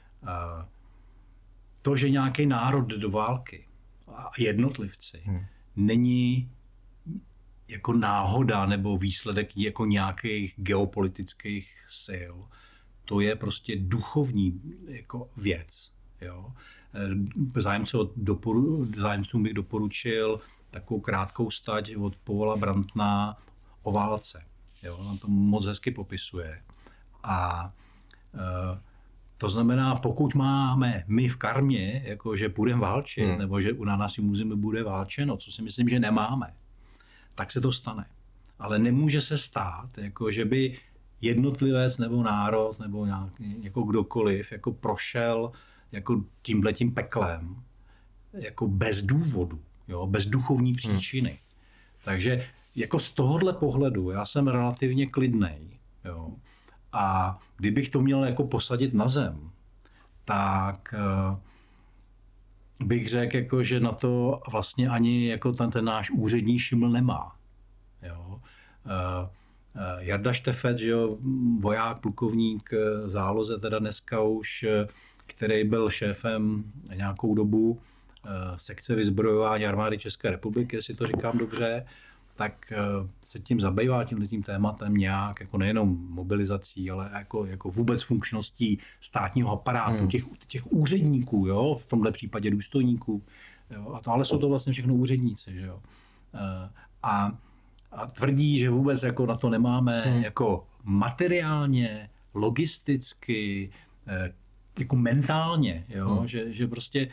to, že nějaký národ jde do války a jednotlivci, hmm. není jako náhoda nebo výsledek jako nějakých geopolitických sil. To je prostě duchovní jako věc. Jo? Zájemců doporu, zájemcům bych doporučil takovou krátkou stať od Povola Brantna o válce. Jo? On to moc hezky popisuje. A e, To znamená, pokud máme my v karmě, jako že budeme válčit, hmm. nebo že na našem území bude válčeno, co si myslím, že nemáme, tak se to stane. Ale nemůže se stát, jako že by jednotlivec nebo národ nebo nějaký, jako kdokoliv jako prošel jako tímhletím peklem jako bez důvodu, jo, bez duchovní příčiny. Hmm. Takže jako z tohohle pohledu já jsem relativně klidnej. Jo. A kdybych to měl jako posadit na zem, tak uh, bych řekl, jako, že na to vlastně ani jako ten, ten náš úřední šiml nemá. Jo. Uh, uh, Jarda Štefec, že jo, voják, plukovník záloze, teda dneska už, který byl šéfem nějakou dobu uh, sekce vyzbrojování armády České republiky, jestli to říkám dobře, tak se tím zabývá tímhletím tématem nějak, jako nejenom mobilizací, ale jako, jako vůbec funkčností státního aparátu, hmm. těch, těch úředníků, jo, v tomhle případě důstojníků. Jo, a to, ale jsou to vlastně všechno úředníci. Že jo. A, a tvrdí, že vůbec jako na to nemáme hmm. jako materiálně, logisticky, jako mentálně, jo, hmm. že, že prostě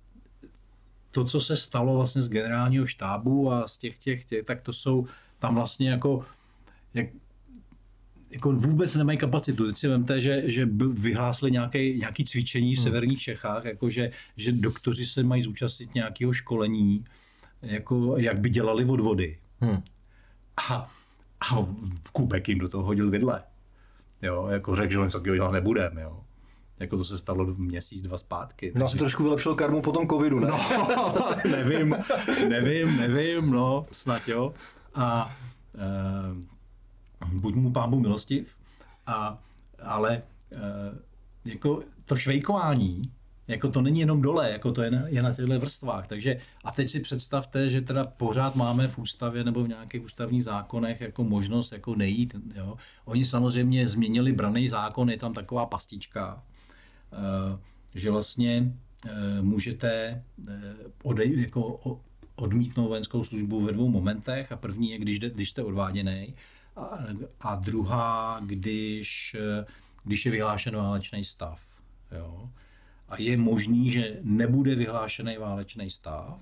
to, co se stalo vlastně z generálního štábu a z těch, těch, těch tak to jsou tam vlastně jako, jak, jako vůbec nemají kapacitu. Teď si vemte, že, že vyhlásili nějaké, nějaké cvičení v severních Čechách, jako že, že doktoři se mají zúčastnit nějakého školení, jako jak by dělali odvody. Hmm. A, a Kubek jim do toho hodil vidle. Jo, jako řekl, že on takového dělat nebudeme, jo. Jako to se stalo měsíc, dva zpátky. No asi trošku vylepšil karmu po tom covidu, ne? No, nevím, nevím, nevím, no, snad jo. A e, buď mu Pán Bůh milostiv, a, ale e, jako to švejkování, jako to není jenom dole, jako to je na, je na těchto vrstvách. Takže a teď si představte, že teda pořád máme v ústavě nebo v nějakých ústavních zákonech jako možnost jako nejít. Jo. Oni samozřejmě změnili branný zákon, je tam taková pastička, že vlastně můžete odej, jako odmítnout vojenskou službu ve dvou momentech. A první je, když, když jste odváděný, a, a druhá, když, když je vyhlášen válečný stav. Jo. A je možný, že nebude vyhlášený válečný stav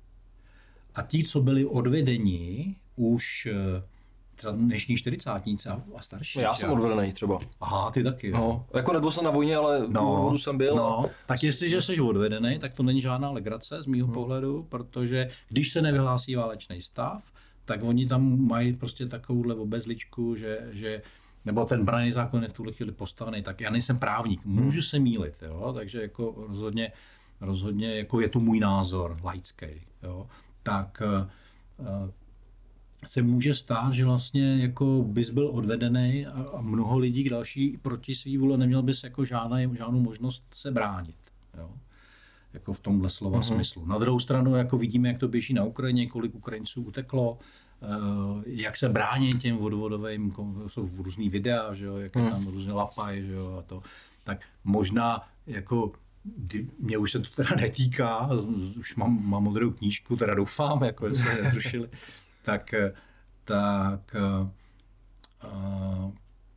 a ti, co byli odvedeni už třeba dnešní čtyřicátníci a starší. Já jsem odvedený třeba. Aha, ty taky. No, jako nebyl jsem na vojně, ale no, odvodu jsem byl. No, tak jestliže jsi odvedený, tak to není žádná legrace z mýho hmm. pohledu, protože když se nevyhlásí válečný stav, tak oni tam mají prostě takovouhle obezličku, že, že nebo ten branný zákon je v tuhle chvíli postavený, tak já nejsem právník, můžu se mýlit, jo, takže jako rozhodně, rozhodně jako je to můj názor laický, jo, tak uh, se může stát, že vlastně jako bys byl odvedený a, a mnoho lidí další proti svý vůle neměl bys jako žádnou, žádnou možnost se bránit, jo, jako v tomhle slova mm-hmm. smyslu. Na druhou stranu jako vidíme, jak to běží na Ukrajině, kolik Ukrajinců uteklo, jak se brání těm odvodovým, jsou různý videa, že jo, jak je tam různé lapaj, že jo, a to, tak možná jako, mě už se to teda netýká, už mám, mám modrou knížku, teda doufám, jako že se nezrušili, tak, tak a,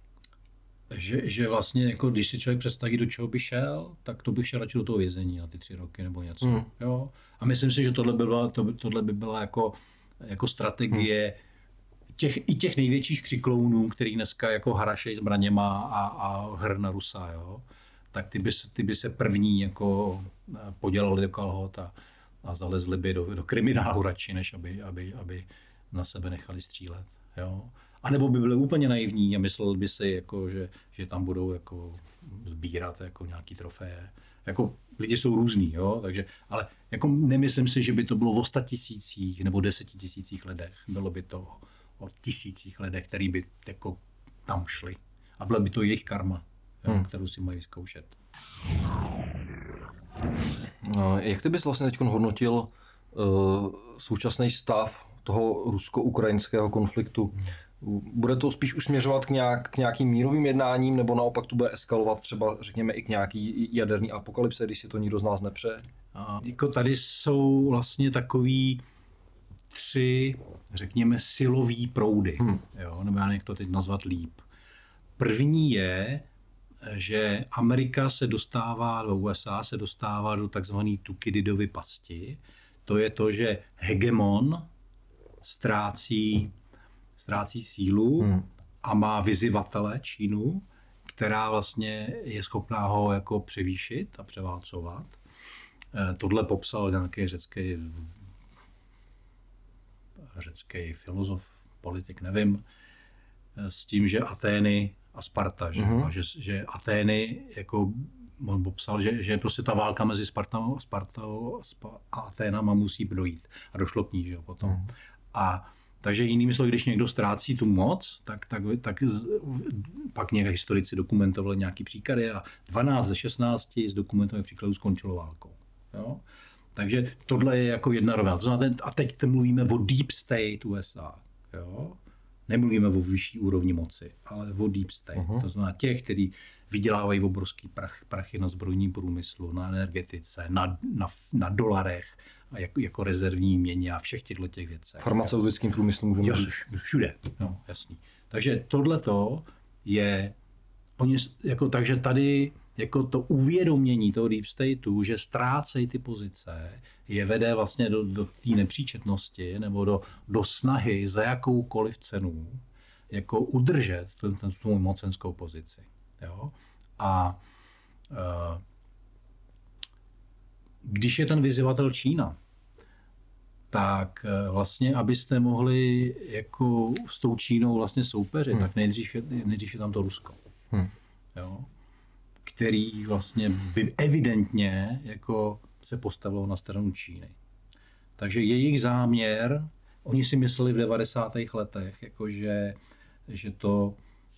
že, že vlastně, jako, když si člověk představí, do čeho by šel, tak to bych šel radši do toho vězení na ty tři roky nebo něco, mm. jo, a myslím si, že tohle by byla, to, tohle by byla jako jako strategie těch, i těch největších křiklounů, který dneska jako harašej zbraněma a, a hr na Rusa, jo, tak ty by, ty by se první jako podělali do kalhot a, a zalezli by do, do kriminálu radši, než aby, aby, aby na sebe nechali střílet, jo. A nebo by byli úplně naivní a mysleli by si, jako, že, že tam budou jako sbírat jako nějaký trofeje. Jako lidi jsou různý, jo, takže, ale jako nemyslím si, že by to bylo o sta tisících nebo deseti tisících lidech. Bylo by to o tisících lidech, který by jako tam šli. A byla by to jejich karma, jo, hmm. kterou si mají zkoušet. No, jak ty bys vlastně teď hodnotil uh, současný stav toho rusko-ukrajinského konfliktu? Bude to spíš už směřovat k, nějak, k nějakým mírovým jednáním, nebo naopak to bude eskalovat třeba, řekněme, i k nějaký jaderný apokalypse, když si to nikdo z nás nepřeje? A jako tady jsou vlastně takový tři, řekněme, silový proudy, hmm. jo, nebo já jak to teď nazvat líp. První je, že Amerika se dostává, do U S A se dostává do takzvané Tukididovy pasti. To je to, že hegemon ztrácí, ztrácí sílu hmm. a má vyzývatele Čínu, která vlastně je schopná ho jako převýšit a převálcovat. Tohle popsal nějaký řecký, řecký filozof, politik, nevím, s tím, že Atény a Sparta, že, uh-huh. a že, že Atény, jako on popsal, že, že prostě ta válka mezi Spartou, Spartou a Aténama musí dojít. A došlo k ní, že jo, potom. Uh-huh. A takže jinými slovy, když někdo ztrácí tu moc, tak, tak, tak pak někde historici dokumentovali nějaký příklady a dvanáct ze šestnácti z dokumentovaných příkladů skončilo válkou. Jo? Takže tohle je jako jedna rovina. A teď mluvíme o deep state U S A. Jo? Nemluvíme o vyšší úrovni moci, ale o deep state. Uh-huh. To znamená těch, kteří vydělávají obrovský prach, prachy na zbrojním průmyslu, na energetice, na, na, na dolarech, a jako, jako rezervní měně a všech těchto těch věcech. Farmaceutickým průmyslem můžeme říct. Všude, no, jasný. Takže tohleto je, oni, jako, takže tady jako to uvědomění toho deep stateu, že ztrácejí ty pozice, je vede vlastně do, do té nepříčetnosti nebo do, do snahy za jakoukoliv cenu jako udržet ten, ten svou mocenskou pozici. Jo? A uh, když je ten vyzývatel Čína, tak vlastně, abyste mohli jako s tou Čínou vlastně soupeřit, hmm. tak nejdřív je, nejdřív je tam to Rusko. Hmm. Jo? Který vlastně by evidentně jako se postavilo na stranu Číny. Takže jejich záměr, oni si mysleli v devadesátých letech, jako že, že, to,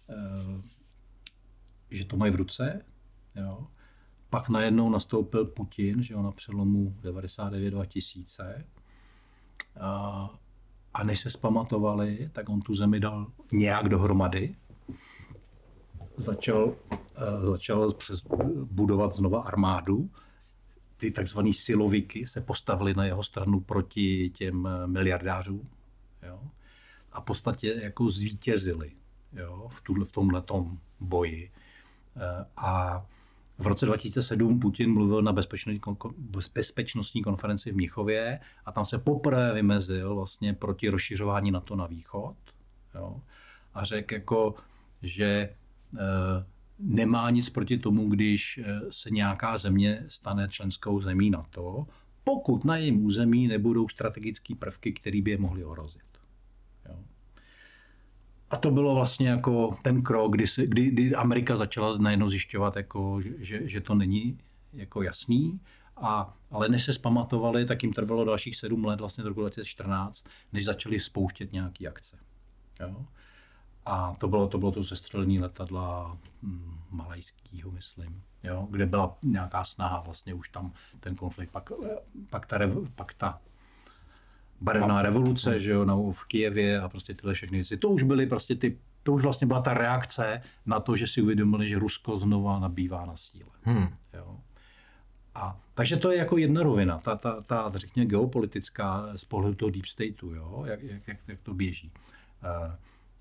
že to mají v ruce. Jo? Pak najednou nastoupil Putin, že jo, na přelomu devadesát devět dva tisíce. A, a než se zpamatovali, tak on tu zemi dal nějak dohromady. Začal, uh, začal přes, budovat znova armádu. Ty takzvaný siloviky se postavili na jeho stranu proti těm miliardářům. Jo? A v podstatě jako zvítězili, jo? V, tuhle, v tomhletom boji. Uh, a v roce dva tisíce sedm Putin mluvil na bezpečnostní konferenci v Mnichově a tam se poprvé vymezil vlastně proti rozšiřování NATO na východ. Jo? A řekl, jako, že e, nemá nic proti tomu, když se nějaká země stane členskou zemí NATO, pokud na jejím území nebudou strategické prvky, které by je mohly ohrozit. Jo? A to bylo vlastně jako ten krok, kdy, se, kdy, kdy Amerika začala najednou zjišťovat, jako, že, že to není jako jasný, a, ale než se zpamatovali, tak jim trvalo dalších sedm let, vlastně do roku dva tisíce čtrnáct, než začali spouštět nějaké akce. Jo? A to bylo to, bylo to sestřelení letadla hm, malajského, myslím, jo? Kde byla nějaká snaha, vlastně už tam ten konflikt, pak, pak ta, pak ta barevná revoluce, že jo, na, v Kyjevě a prostě tyhle všechny věci. To už byly prostě ty, to už vlastně byla ta reakce na to, že si uvědomili, že Rusko znova nabývá na síle. Hmm. Jo. A, takže to je jako jedna rovina, ta, ta, ta řekněme geopolitická z pohledu toho deep stateu, jo, jak, jak, jak, jak to běží. Uh,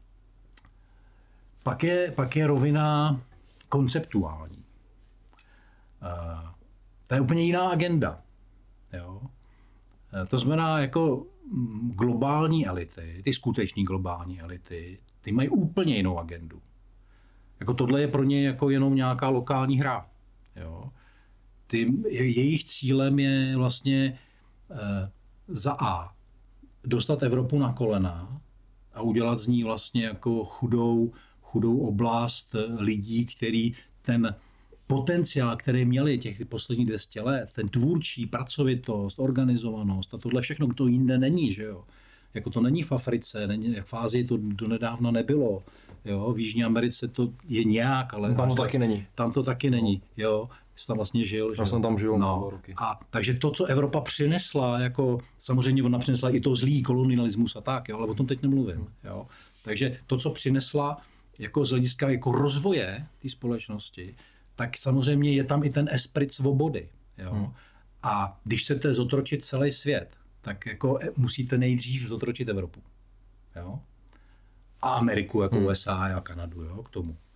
pak, je, pak je rovina konceptuální. Uh, to je úplně jiná agenda. Jo. To znamená, jako globální elity, ty skuteční globální elity, ty mají úplně jinou agendu. Jako tohle je pro ně jako jenom nějaká lokální hra. Jo. Ty, jejich cílem je vlastně eh, za A dostat Evropu na kolena a udělat z ní vlastně jako chudou, chudou oblast lidí, který ten potenciál, který měli těch posledních dvě stě let, ten tvůrčí, pracovitost, organizovanost a tohle všechno, to jinde není, že jo. Jako to není v Africe, není, v Ázii to donedávna nebylo, jo. V Jižní Americe to je nějak, ale tam to tak, taky není. Tam to taky není, jo. Jsi tam vlastně žil, že? Já jsem tam žil no. roky. A takže to, co Evropa přinesla, jako samozřejmě ona přinesla i to zlý kolonialismus a tak, jo, ale o tom teď nemluvím, jo. Takže to, co přinesla jako z hlediska jako rozvoje té společnosti, tak samozřejmě je tam i ten esprit svobody. Jo? Hmm. A když chcete zotročit celý svět, tak jako musíte nejdřív zotročit Evropu. Jo? A Ameriku, jako hmm. U S A a Kanadu, jo? K tomu.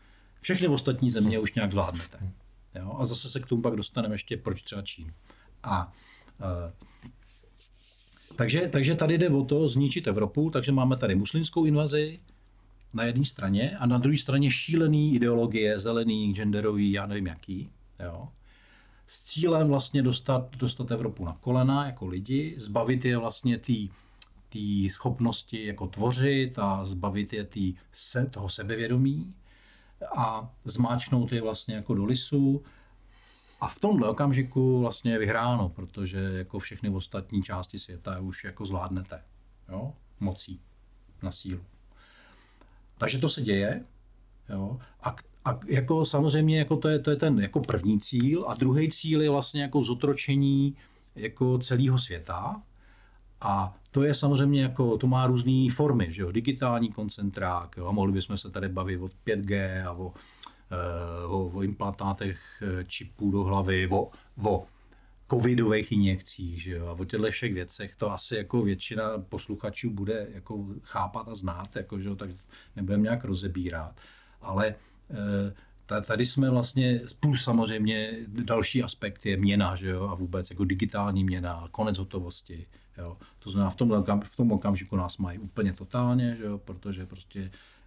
Všechny ostatní země už nějak zvládnete. Jo? A zase se k tomu pak dostaneme ještě, proč třeba Čínu. A e, takže, takže tady jde o to zničit Evropu, takže máme tady muslimskou invazi na jedné straně a na druhé straně šílený ideologie, zelený, genderový, já nevím jaký, jo? S cílem vlastně dostat, dostat Evropu na kolena jako lidi, zbavit je vlastně té schopnosti jako tvořit a zbavit je tý se, toho sebevědomí a zmáčknout je vlastně jako do lisu. A v tomhle okamžiku vlastně je vyhráno, protože jako všechny ostatní části světa už jako zvládnete, jo? Mocí na sílu. Takže to se děje. Jo? A, a jako samozřejmě jako to, je, to je ten jako první cíl a druhý cíl je vlastně jako zotročení jako celého světa. A to je samozřejmě jako, to má různé formy, že jo? Digitální koncentrák, jo? A mohli bychom se tady bavit o pět G a o O, o implantátech čipů do hlavy, o, o covidových injekcích, že jo, a o těchto všech věcech to asi jako většina posluchačů bude jako chápat a znát, jako, že jo, tak nebudeme nějak rozebírat. Ale tady jsme vlastně, plus samozřejmě další aspekt je měna, že jo, a vůbec jako digitální měna, konec hotovosti, jo. To znamená, v tom, v tom okamžiku nás mají úplně totálně, že jo, protože prostě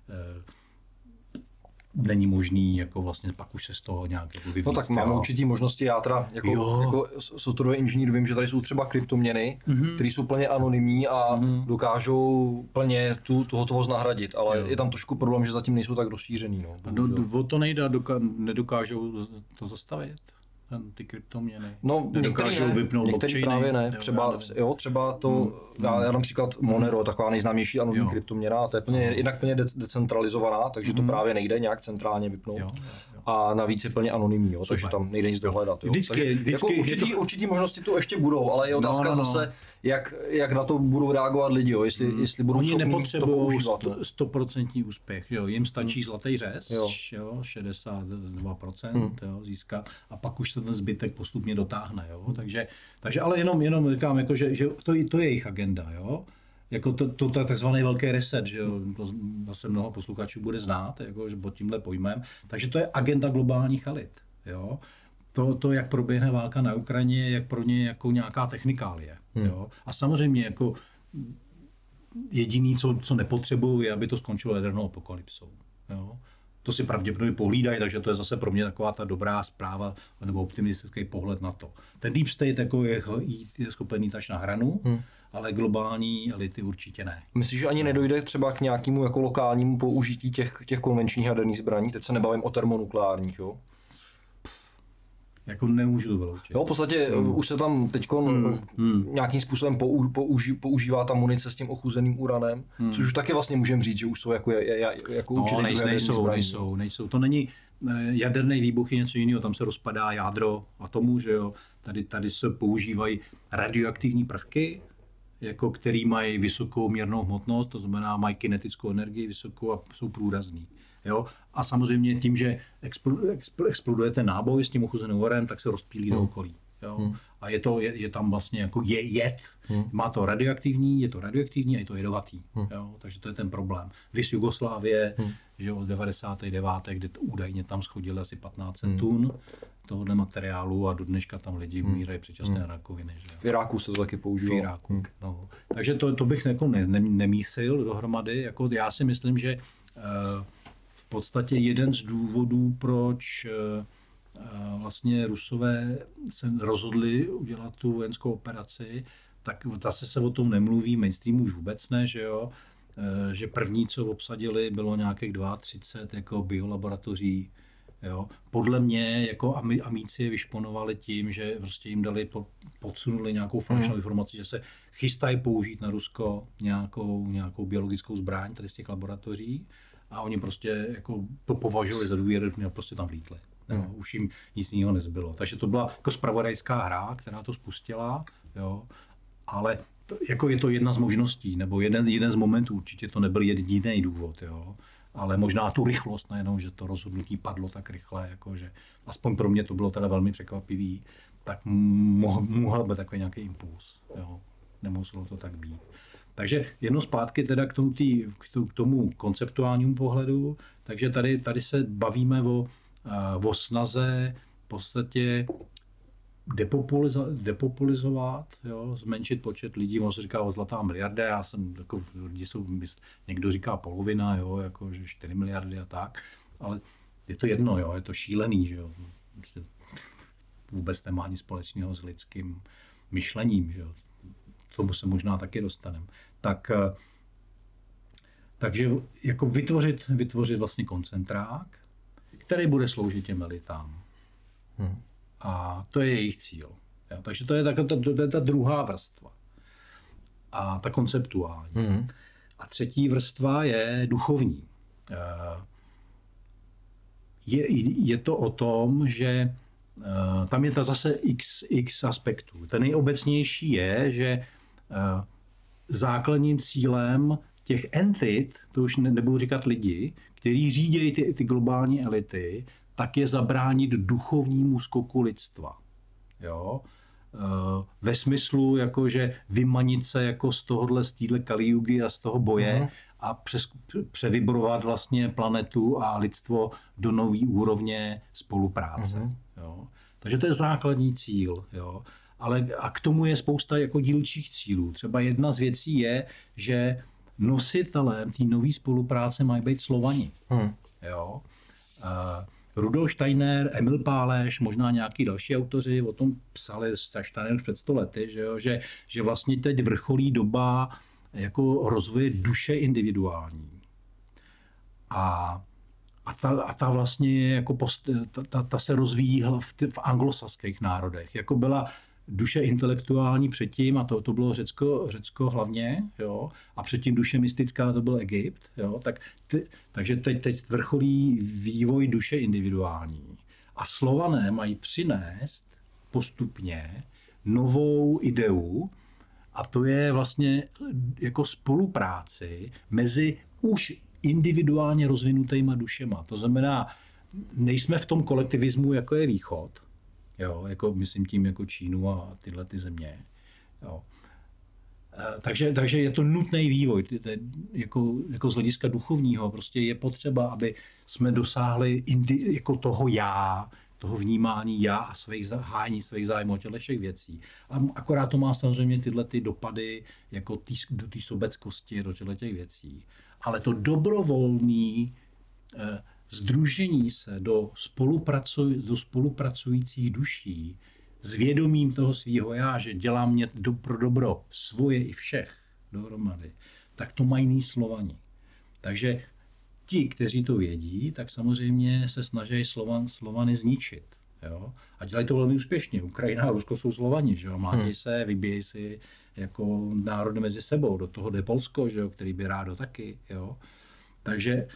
není možný, jako vlastně pak už se z toho nějak jako vyvíjet. No tak máme určitý možnosti, já teda jako, jako softwarový inženýr vím, že tady jsou třeba kryptoměny, mm-hmm. které jsou plně anonymní a mm-hmm. dokážou plně tu, tu hotovost nahradit, ale jo. Je tam trošku problém, že zatím nejsou tak rozšířený. No, do, o to nejde, doka- nedokážou to zastavit, ty kryptoměny. No některý ne, vypnout některý právě ne, třeba, jo, třeba to, hmm. já, já například Monero, taková nejznámější anonymní kryptoměna, a to je plně, jinak plně de- decentralizovaná, takže to hmm. právě nejde nějak centrálně vypnout. Jo, jo. A navíc je plně anonymní, jo, takže tam nejde nic dohledat. Jo. Vždycky, takže vždycky, jako určitý, to... určitý možnosti tu ještě budou, ale je otázka no, no, no. zase, jak, jak na to budou reagovat lidi, jo, jestli, hmm. jestli budou schopní to používat. Oni nepotřebují sto procent úspěch, jo, jim stačí hmm. zlatý řez, jo. Jo, šedesát dva procent hmm. jo, získat a pak už se ten zbytek postupně dotáhne, jo, takže, takže ale jenom, jenom říkám, jako, že, že to, to je jejich agenda, jo. Jako to, to, to takzvaný velký reset, že jo, to zase mnoho posluchačů bude znát, jako, že pod tímhle pojmem. Takže to je agenda globálních elit, jo. To, to, jak proběhne válka na Ukrajině, je jak pro ně jako nějaká technikálie, hmm. jo. A samozřejmě jako jediný, co, co nepotřebují, je, aby to skončilo jadernou apokalypsou, jo. To si pravděpodobně pohlídají, takže to je zase pro mě taková ta dobrá zpráva nebo optimistický pohled na to. Ten deep state jako je, je schopen jít až na hranu, hmm. ale globální elity určitě ne. Myslíš, že ani nedojde třeba k nějakému jako lokálnímu použití těch, těch konvenčních jaderných zbraní? Teď se nebavím o termonukleárních, jo? Jako nemůžu to vyloučit. Jo, v podstatě hmm. už se tam teď hmm. nějakým způsobem použi, použi, používá ta munice s tím ochuzeným uranem, hmm. což už taky vlastně můžeme říct, že už jsou jako, jako no, určitě nejsou, nejsou, nejsou, nejsou. To není jaderný výbuch, je něco jiného, tam se rozpadá jádro atomu, že jo. Tady, tady se používají radioaktivní prvky, jako který mají vysokou měrnou hmotnost, to znamená mají kinetickou energii vysokou a jsou průrazný. Jo? A samozřejmě tím, že exploduje ten náboj s tím ochuzeným urem, tak se rozpílí hmm. do okolí. Jo? Hmm. A je, to, je, je tam vlastně jako je, jed. Hmm. Má to radioaktivní, je to radioaktivní a je to jedovatý. Hmm. Jo? Takže to je ten problém. Vys Jugoslávie, hmm. že od devadesátých devátých, kde údajně tam schodili asi patnáct set tun tohohle materiálu a do dneška tam lidi hmm. umírají předčasné hmm. rakoviny. Že? V Iráku se to taky používalo. V Iráku, hmm. no. Takže to, to bych jako ne, ne, nemísil dohromady. Jako já si myslím, že uh, v podstatě jeden z důvodů, proč uh, vlastně Rusové se rozhodli udělat tu vojenskou operaci, tak zase se o tom nemluví, mainstreamu už vůbec ne, že jo. Že první, co obsadili, bylo nějakých třicet dva jako biolaboratoří. Jo. Podle mě jako amíci je vyšponovali tím, že prostě jim dali, podsunuli nějakou falešnou mm. informaci, že se chystají použít na Rusko nějakou, nějakou biologickou zbraň tady z těch laboratoří a oni prostě jako to považovali za důvěryhodné a prostě tam vlítli. Jo, už jim nic jiného nezbylo. Takže to byla jako zpravodajská hra, která to spustila, jo. Ale to, jako je to jedna z možností, nebo jeden, jeden z momentů, určitě to nebyl jediný důvod, jo. Ale možná tu rychlost najednou, že to rozhodnutí padlo tak rychle, jako že aspoň pro mě to bylo teda velmi překvapivý, tak mohl, mohl být takový nějaký impuls, jo. Nemuselo to tak být. Takže jedno zpátky teda k tomu, tý, k tomu konceptuálnímu pohledu, takže tady, tady se bavíme o, o snaze v podstatě depopulizo, depopulizovat, jo, zmenšit počet lidí, on se říká o zlatá miliarda, já jsem, jako, lidi jsou, někdo říká polovina, jo, jako že čtyři miliardy a tak, ale je to jedno, jo, je to šílený, že jo, vůbec nemá nic společného s lidským myšlením, že jo, k tomu se možná taky dostaneme. Tak, takže jako vytvořit, vytvořit vlastně koncentrák, který bude sloužit těm elitám. Hmm. A to je jejich cíl. Jo, takže to je, tak, to, to je ta druhá vrstva. A ta konceptuální. Hmm. A třetí vrstva je duchovní. Je, je to o tom, že tam je ta zase x, x aspektů. Ten nejobecnější je, že základním cílem těch entit, to už nebudu říkat lidi, kteří řídí ty, ty globální elity, tak je zabránit duchovnímu skoku lidstva. Jo? Ve smyslu, jakože vymanit se jako z tohohle, z téhle Kalijugy a z toho boje uh-huh. a přes, převibrovat vlastně planetu a lidstvo do nové úrovně spolupráce. Uh-huh. Jo? Takže to je základní cíl. Jo? Ale a k tomu je spousta jako dílčích cílů. Třeba jedna z věcí je, že nositelem té nové spolupráce mají být Slovani. Hmm. Jo? Uh, Rudolf Steiner, Emil Páleš, možná nějaký další autoři o tom psali Steiner už před sto lety, že, jo? Že, že vlastně teď vrcholí doba jako rozvoje duše individuální. A, a, ta, a ta vlastně je jako post, ta, ta, ta se rozvíjí v, v anglosaských národech. Jako byla duše intelektuální předtím, a to, to bylo Řecko, Řecko hlavně, jo, a předtím duše mystická, to byl Egypt, jo, tak ty, takže teď, teď vrcholí vývoj duše individuální. A Slované mají přinést postupně novou ideu, a to je vlastně jako spolupráci mezi už individuálně rozvinutýma dušema. To znamená, nejsme v tom kolektivismu, jako je Východ, jo, jako myslím tím jako Čínu a tyhle ty země. Jo. Takže, takže je to nutný vývoj, jako, jako z hlediska duchovního. Prostě je potřeba, aby jsme dosáhli indi, jako toho já, toho vnímání já a svých, hájení svých zájmů, těchto všech věcí. A akorát to má samozřejmě tyhle ty dopady jako tý, do té sobeckosti, do těchto těch věcí. Ale to dobrovolný eh, sdružení se do, spolupracuj, do spolupracujících duší s vědomím toho svýho já, že dělám mě do, pro dobro svoje i všech dohromady, tak to mají Slovani. Takže ti, kteří to vědí, tak samozřejmě se snaží Slovan, Slovany zničit. Jo? A dělají to velmi úspěšně. Ukrajina a Rusko jsou Slovani, že jo? Mlátěj hmm. se, vybíjejí si jako národy mezi sebou. Do toho jde Polsko, že jo? Který by rádo taky. Jo? Takže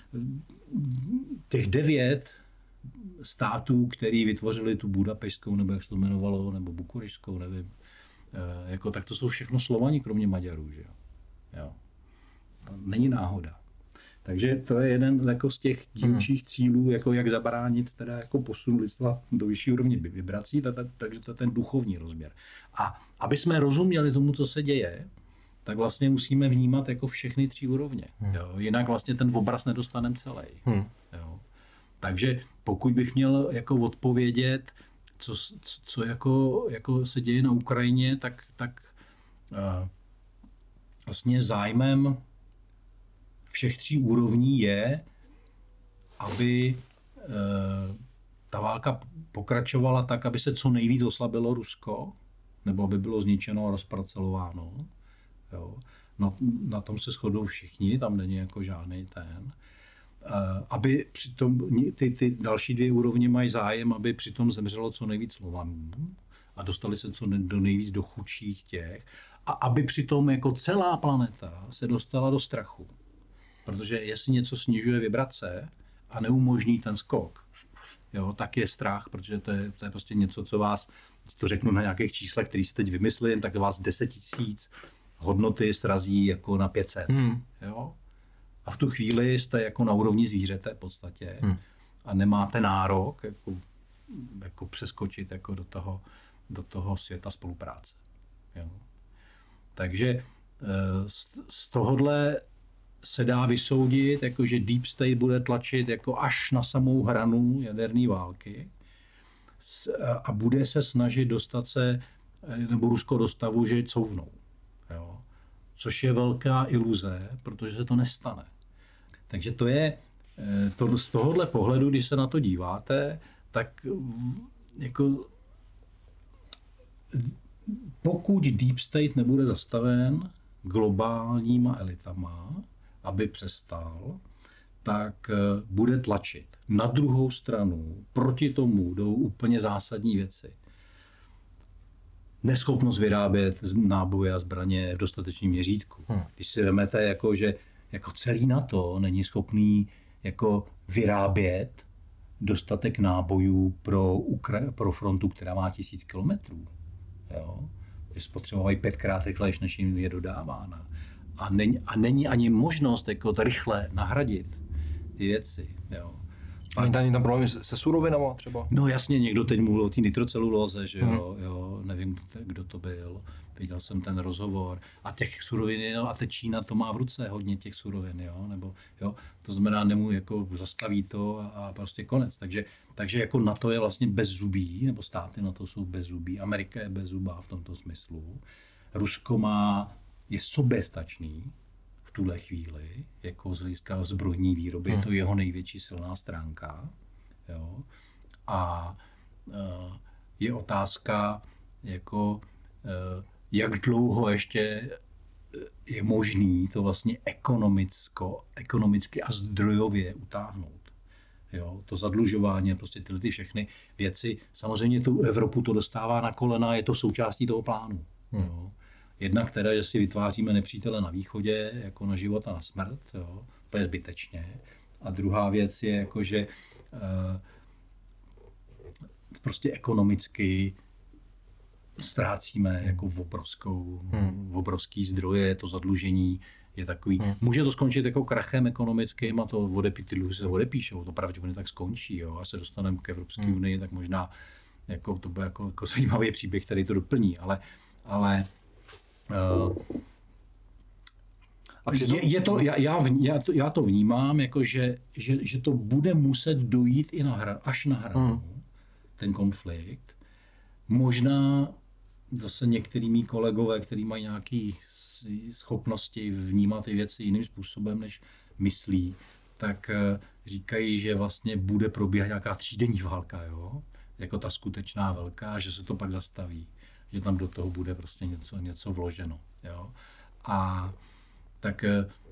těch devět států, který vytvořili tu Budapeštskou, nebo jak se to jmenovalo, nebo Bukureštskou, nevím, jako, tak to jsou všechno Slovani, kromě Maďarů, že jo. jo. To není náhoda. Takže to je jeden jako z těch dílčích cílů, jako jak zabránit teda jako posunu lidstva do vyšší úrovně vibrací, ta, ta, takže to je ten duchovní rozměr. A aby jsme rozuměli tomu, co se děje, tak vlastně musíme vnímat jako všechny tři úrovně. Hmm. Jo? Jinak vlastně ten obraz nedostaneme celý. Hmm. Jo? Takže pokud bych měl jako odpovědět, co, co jako, jako se děje na Ukrajině, tak, tak uh, vlastně zájmem všech tří úrovní je, aby uh, ta válka pokračovala tak, aby se co nejvíc oslabilo Rusko, nebo aby bylo zničeno a rozparcelováno. Jo. Na, na tom se shodou všichni, tam není jako žádný ten. Aby přitom ty, ty další dvě úrovně mají zájem, aby přitom zemřelo co nejvíc Slovanů a dostali se co do nejvíc do chudších těch. A aby přitom jako celá planeta se dostala do strachu. Protože jestli něco snižuje vibrace a neumožní ten skok, jo, tak je strach, protože to je, to je prostě něco, co vás, to řeknu na nějakých číslech, který si teď vymyslím, tak vás deset tisíc hodnoty srazí jako na pět set. Hmm. Jo? A v tu chvíli jste jako na úrovni zvířete v podstatě hmm. a nemáte nárok jako, jako přeskočit jako do toho, do toho světa spolupráce. Jo? Takže z, z tohohle se dá vysoudit, jako že Deep State bude tlačit jako až na samou hranu jaderné války a bude se snažit dostat se, nebo Rusko do stavu, že couvnou. Jo? Což je velká iluze, protože se to nestane. Takže to je, to z tohohle pohledu, když se na to díváte, tak jako pokud Deep State nebude zastaven globálníma elitama, aby přestal, tak bude tlačit. Na druhou stranu proti tomu jdou úplně zásadní věci. Neschopnost vyrábět náboje a zbraně v dostatečném měřítku. Hmm. Když si vezmete, jako, že jako celý NATO není schopný jako vyrábět dostatek nábojů pro, Ukra- pro frontu, která má tisíc kilometrů. Jo? Spotřebovají pětkrát rychlejší, než jim je dodávána. A není, a není ani možnost jako to rychle nahradit ty věci. Jo. Není tam, tam problém se surovinama třeba? No jasně, někdo teď mluvil o té nitrocelulóze, že jo, hmm. jo, nevím, kdo to byl. Viděl jsem ten rozhovor. A těch surovin, no, a teď Čína to má v ruce, hodně těch surovin, jo, nebo, jo, to znamená, nemu jako zastaví to a, a prostě konec. Takže, takže jako NATO je vlastně bezzubý, nebo státy NATO jsou bezzubý, Amerika je bezzubá v tomto smyslu. Rusko má, je soběstačný v tuhle chvíli, jako z hlediska zbrojní výroby, hmm. je to jeho největší silná stránka, jo, a uh, je otázka, jako uh, jak dlouho ještě je možný to vlastně ekonomicko, ekonomicky a zdrojově utáhnout. Jo, to zadlužování, prostě tyhle ty všechny věci. Samozřejmě tu Evropu to dostává na kolena, je to součástí toho plánu. Hmm. Jo. Jednak teda, že si vytváříme nepřítele na východě, jako na život a na smrt, jo, to je zbytečně. A druhá věc je, jako, že uh, prostě ekonomicky ztrácíme jako v obrovskou, hmm. v obrovský zdroje, to zadlužení je takový. Hmm. Může to skončit jako krachem ekonomickým a to odepí, ty dluhy se odepíšou, to pravděpodobně tak skončí, jo, a se dostaneme k Evropské hmm. unii, tak možná jako, to bude jako, jako zajímavý příběh, který to doplní, ale, ale uh, a je, je to, já, já, já, to, já to vnímám, jako že, že, že to bude muset dojít i na hra, až na hranu, hmm. ten konflikt. Možná zase některý mý kolegové, kteří mají nějaké schopnosti vnímat ty věci jiným způsobem, než myslí, tak říkají, že vlastně bude probíhat nějaká třídenní válka, jo? Jako ta skutečná velká, že se to pak zastaví, že tam do toho bude prostě něco, něco vloženo. Jo? A tak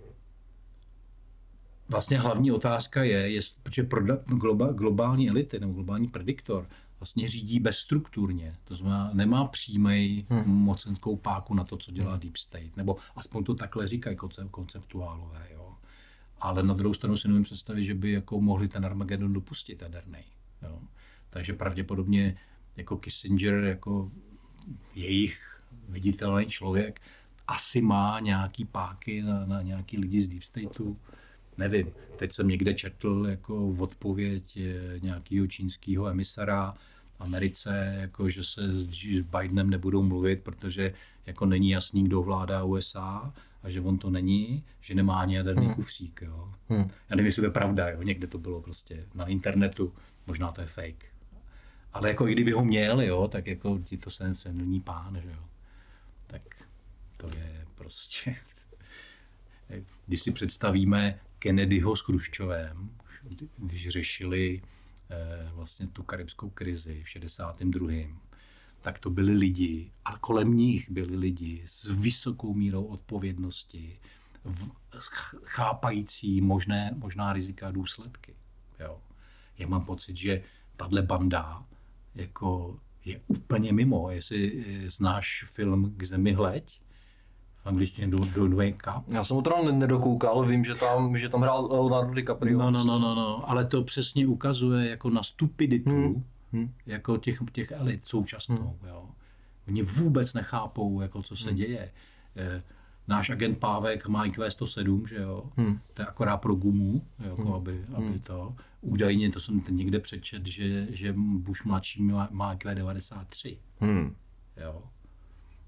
vlastně hlavní otázka je, jest, protože globální elity nebo globální prediktor vlastně řídí bezstrukturně, to znamená, nemá přímej hmm. mocenskou páku na to, co dělá Deep State, nebo aspoň to takhle říkají konceptuálové, jo. Ale na druhou stranu si nevím představit, že by jako mohli ten Armageddon dopustit jadernej, jo. Takže pravděpodobně jako Kissinger, jako jejich viditelný člověk, asi má nějaký páky na, na nějaký lidi z Deep Stateu. Nevím, teď jsem někde četl jako odpověď nějakého čínského emisara Americe, jako že se s Bidenem nebudou mluvit, protože jako není jasný, kdo vládá U S A a že on to není, že nemá ani jaderný hmm. kufřík. Jo. Hmm. Já nevím, jestli to je pravda, jo. Někde to bylo prostě na internetu, možná to je fake. Ale jako i kdyby ho měl, jo, tak jako ti to sen, senilní pán, že jo. Tak to je prostě... Když si představíme Kennedyho s Chruščovem, když řešili eh, vlastně tu karibskou krizi v šedesátém druhém tak to byli lidi, a kolem nich byli lidi s vysokou mírou odpovědnosti, v, chápající možné, možná rizika a důsledky. Jo. Já mám pocit, že tahle banda jako je úplně mimo. Jestli znáš film K zemi hleď, angličtině do, do Dwayne Cup. Já jsem ho teda nedokoukal, vím, že tam, že tam hrál Leonardo DiCaprio. No, no, no, no, no, ale to přesně ukazuje jako na stupiditu, hmm. Hmm. jako těch, těch elit současnou, hmm. jo. Oni vůbec nechápou, jako co se hmm. děje. E, náš agent Pávek má I Q sto sedm, že jo, hmm. to je akorát pro gumu, jako hmm. aby, aby to, údajně, to jsem někde přečet, že, že Bush mladší má, má I Q devadesát tři, hmm. jo.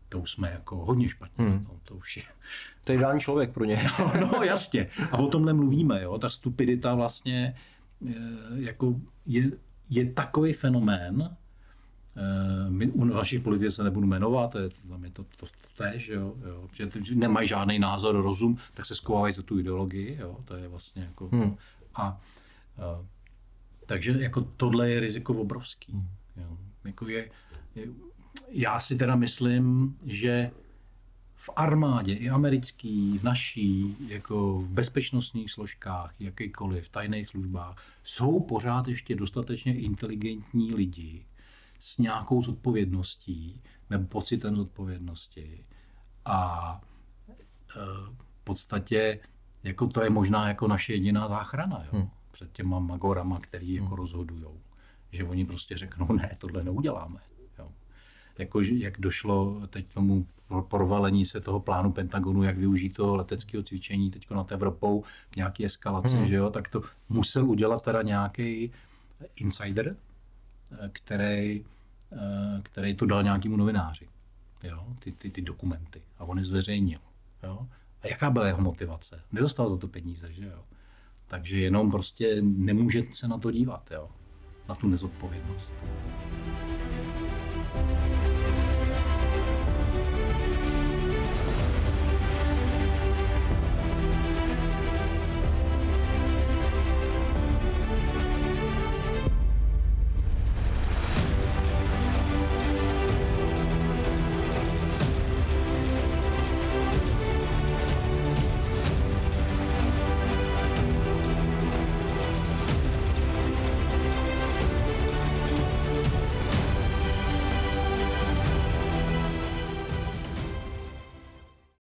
to už jsme jako hodně špatně. Hmm. To, to už je... To je ideální člověk pro ně. No, no jasně. A o tomhle mluvíme. Jo? Ta stupidita vlastně jako je, je takový fenomén. My u našich politiků se nebudu jmenovat, je, tam je to, to, to též, jo? Jo? Že nemají žádný názor, rozum, tak se schovávají za tu ideologii. Jo? To je vlastně jako... Hmm. A, a takže jako tohle je riziko obrovský. Hmm. Jo? Jako je, je, já si teda myslím, že v armádě, i americký, v naší, jako v bezpečnostních složkách, jakýkoliv, v tajných službách, jsou pořád ještě dostatečně inteligentní lidi s nějakou zodpovědností nebo pocitem zodpovědnosti. A e, v podstatě jako to je možná jako naše jediná záchrana, jo? Hmm. Před těma magorama, který jako hmm. rozhodujou. Že oni prostě řeknou, ne, tohle neuděláme. Jo? Jako, jak došlo teď k tomu provalení se toho plánu Pentagonu, jak využít toho leteckého cvičení teď nad Evropou k nějaké eskalaci, hmm. že jo? Tak to musel udělat teda nějaký insider, který, který to dal nějakému novináři. Jo? Ty, ty, ty dokumenty. A on je zveřejnil. Jo? A jaká byla jeho motivace? Nedostal za to peníze, že jo? Takže jenom prostě nemůže se na to dívat, jo? Na tu nezodpovědnost.